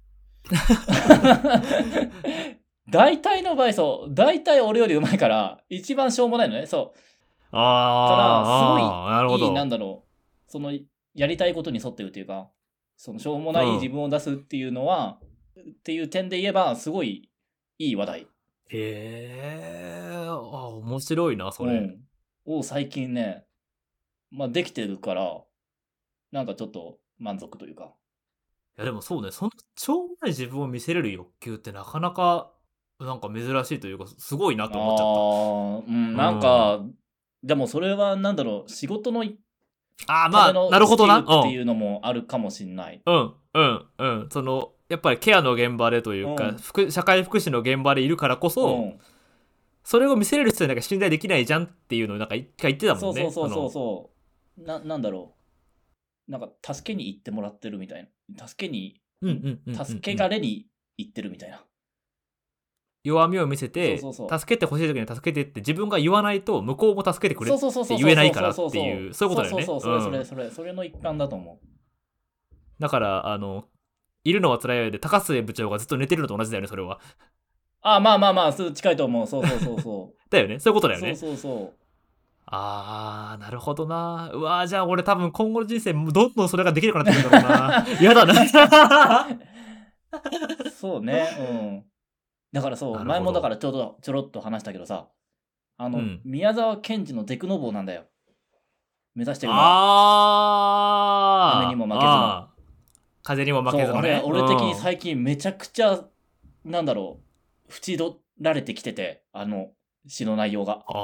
大体の場合、そう、大体俺よりうまいから、一番しょうもないのね。そう。から、 ああ、なるほど。 すごい、いい、なんだろう。その、やりたいことに沿ってるというか、その、しょうもない自分を出すっていうのは、っていう点で言えば、すごいいい話題。 へえ、あ、面白いな、それ。 うん。を最近ね、まあ、できてるから、なんかちょっと満足というか。 いや、でもそうね、そのしょうもない自分を見せれる欲求ってなかなか、なんか珍しいというか、すごいなと思っちゃった。 ああ、うん、なんか、 でもそれはなんだろう、仕事のああまためのあなるほどな。 スキルっていうのもあるかもしんない。 うんうんうんそのやっぱりケアの現場でというか、 うん福社会福祉の現場でいるからこそ、 うんそれを見せれる人になんか信頼できないじゃんっていうのをなんか一回言ってたもそんね。 うそうそうそうのそうななんだろう、なんか助けに行ってもらってるみたいな、助けにうんうんうんうんうん助けがれに行ってるみたいな。 弱みを見せてそうそうそう助けてほしい時に助けてって自分が言わないと向こうも助けてくれっそうそうそうそうて言えないからっていうそういうことだよね。 そうそうそうそれうんそれそれそれの一環だと思う。 だからあのいるのは辛いよで高末部長がずっと寝てるのと同じだよねそれは。 あまあまあまあそう近いと思う。そうそうそうそだよねそういうことだうよね。 そうそうそうあーなるほどな。うわーじゃあ俺多分今後の人生どんどんそれができなくなってくるんだろうな。嫌だな。 そうね。うんだからそうなるほど前もだからちょうどちょろっと話したけどさ、あの、 うん宮沢賢治のデクノボーなんだよ目指してるのは。 あー雨にも負けずのあー風にも負けずそうのね。 俺俺的にうん最近めちゃくちゃなんだろう縁取られてきてて、あの詩の内容があ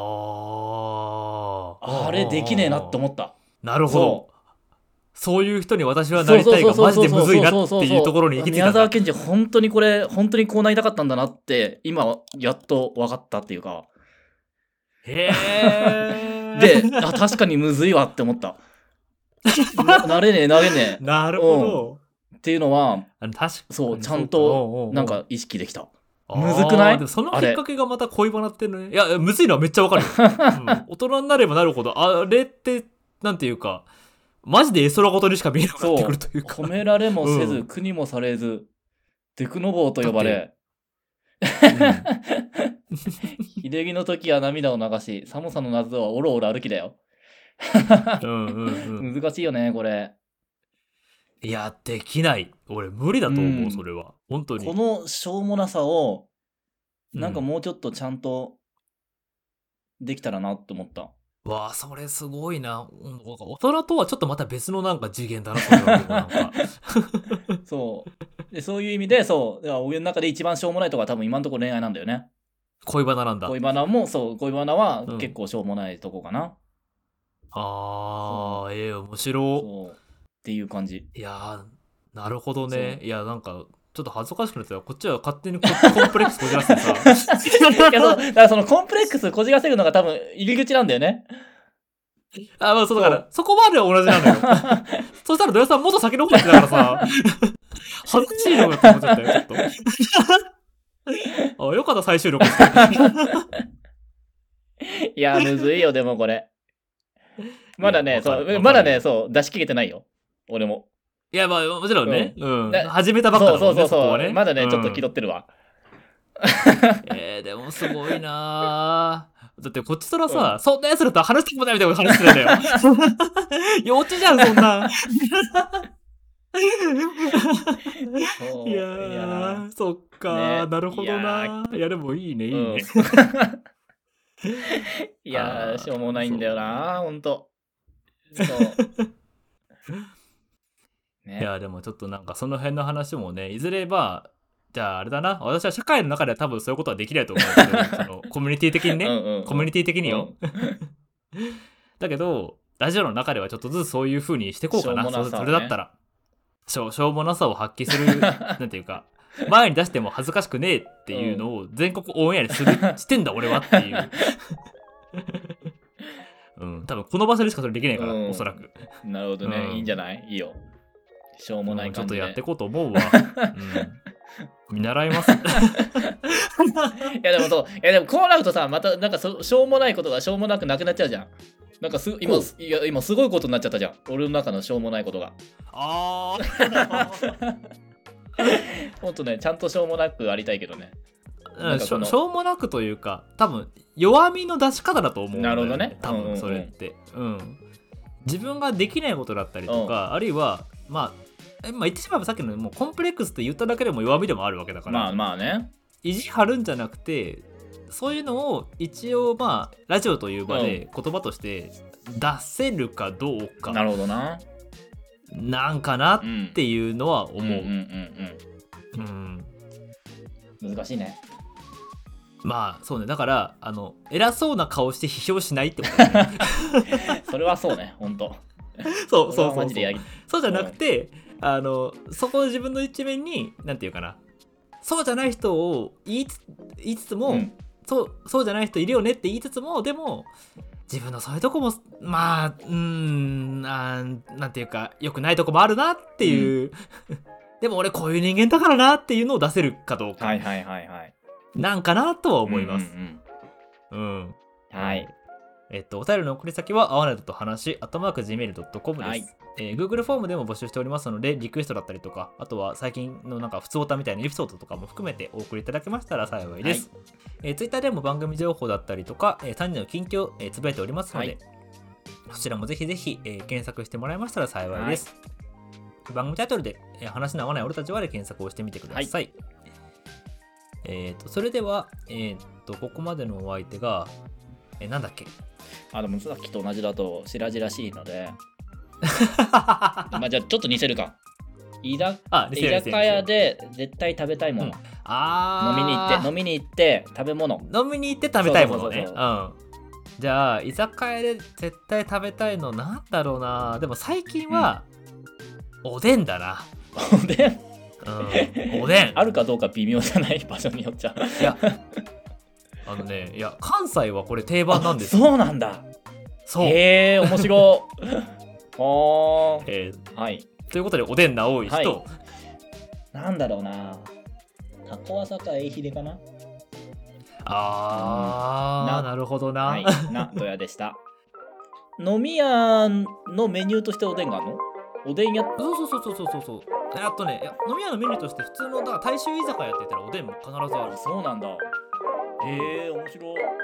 ーあれできねえなって思った。 なるほど。 そそういう人に私はなりたいがマジでむずいなっていうところに行き着いた宮んだ。 沢賢治本当にこれ本当にこうなりたかったんだなって今やっと分かったっていうか、 へえ。 であ確かにむずいわって思ったななれねえなれねなるほど。 えっていうのはあの確かにそうちゃんそうとかなんか意識できた。 おうおうむずくないあーでもそのあれきっかけがまた恋バナってね。いやむずいのはめっちゃわかるよ、うん大人になればなるほどあれってなんていうかマジで絵空事にしか見えなくなってくるというか褒められもせず、 うん苦にもされずデクノボーと呼ばれ秀樹の時は涙を流し寒さの夏はおろおろ歩きだようんうんうんうん難しいよねこれ。 いやできない俺無理だと思う、 うんそれは本当にこのしょうもなさをなんかうんもうちょっとちゃんとできたらなって思った。 わあそれすごいな、うん、なんか大人とはちょっとまた別のなんか次元だなそれはでもなんかそうでそういう意味でそうだから俺の中で一番しょうもないとこは多分今のところ恋愛なんだよね。 恋バナなんだ。 恋バナもそう恋バナはうん結構しょうもないとこかな、 あーええ面白そうっていう感じ。 い。いやーなるほどね。 そういやなんかちょっと恥ずかしくなってたこっちは勝手にココンプレックスこじらせてさいやそうだからそのコンプレックスこじらせるのが多分入り口なんだよね。 あまあそうだからそうそこまでは同じなのよそしたら土屋さんもっと先の方行ってたからさ恥ずかしいのかって思っちゃったよちょっとあよかった再収録していやむずいよでもこれまだいやねそわかるわかるうまだねそう出し切れてないよ俺も。 いやまあもちろんね、うんだ始めたばっかだもんねそうそうそうそうこはねまだね、 うんちょっと気取ってるわ。 えー、でもすごいなーだってこっちとらさ、そんな奴らと話したことないみたいなこと話してたんだよ幼稚じゃんそんなんそういやーそっかー、 ねなるほどなーいやでもいいねいいね、 うんいやあーーしょうもないんだよなほんとそうねいやでもちょっとなんかその辺の話もねいずればじゃああれだな私は社会の中では多分そういうことはできないと思うけどそのコミュニティ的にね、 うんうんうんコミュニティ的によ、 うんだけどラジオの中ではちょっとずつそういう風にしていこうかなしょうもなさをねそそれだったらしょしょうもなさを発揮するなんていうか前に出しても恥ずかしくねえっていうのを全国オンエアにするしてんだ俺はっていううん多分この場所でしかそれできないから、 うんおそらくなるほどね、 うんいいんじゃないいいよしょうもないちょっ感じで、 とやっていこうと思うわ、うん、見習いますいやでもそういやでもこうなるとさまたなんかそしょうもないことがしょうもなくなくなっちゃうじゃん。なんかす今ほういや今すごいことになっちゃったじゃん俺の中のしょうもないことが。 あーほんとねちゃんとしょうもなくありたいけどね。なんかこのしょしょうもなくというか多分弱みの出し方だと思うんだよなるほどね多うんうんうん分それって、うん自分ができないことだったりとか、あるいはまあえまあ言ってしまえばさっきのもうコンプレックスって言っただけでも弱みでもあるわけだから、 まあまあね意地張るんじゃなくてそういうのを一応まあラジオという場で言葉として出せるかどうかなるほどななんかなっうんていうのは思う、 うんうんうんうんうん難しいね。 まあそうね、だからあの偉そうな顔して批評しないってことだねそれはそうね、ほんと。 そうそうそうそうマジでやりそうじゃなくて、うん、あのそこの自分の一面になんていうかな、そうじゃない人を言いつ、言いつつも、うん、そうそうじゃない人いるよねって言いつつも、でも自分のそういうとこもまあうーんあなんていうか良くないとこもあるなっていう、うん、でも俺こういう人間だからなっていうのを出せるかどうか、 はいはいはいはい、 なんかなとは思います。 うん、うんうん、はい。 えっと、お便りの送り先は、あわないと話、アットマーク ジーメールドットコム です。はい、えー、Google フォームでも募集しておりますので、リクエストだったりとか、あとは最近のなんか普通オタみたいなエピソードとかも含めてお送りいただけましたら幸いです。はい、えー、Twitter でも番組情報だったりとか、えー、さんにんの近況、えー、つぶやいておりますので、はい、そちらもぜひぜひ、えー、検索してもらいましたら幸いです。はい、番組タイトルで、えー、話の合わない俺たちはで検索をしてみてください。はい、えーと、それでは、えーと、ここまでのお相手が、えー、なんだっけあ、でもさっきと同じだと白々しいのでまあじゃあちょっと似せるか。居酒屋で絶対食べたいもの、うん、あ飲みに行って飲みに行って食べ物飲みに行って食べたいものね。じゃあ居酒屋で絶対食べたいのなんだろうな。でも最近は、うん、おでんだな。 おでん、 うん、おでんあるかどうか微妙じゃない？場所によっちゃいやあのね、いや関西はこれ定番なんですよ。そうなんだ。 そう。 へえ、面白い。はあ、 えー。 はい。 ということでおでんな多い人、はい、 なんだろうな。タコワサかエイヒレかな。 あー、な, なるほどな。 はい、などやでした。飲み屋のメニューとしておでんがあるの？おでん屋。 そうそうそうそうそうそう。あとね、いや飲み屋のメニューとして普通のだ大衆居酒屋って言ったらおでんも必ずある。 そうなんだ。へえー、面白い。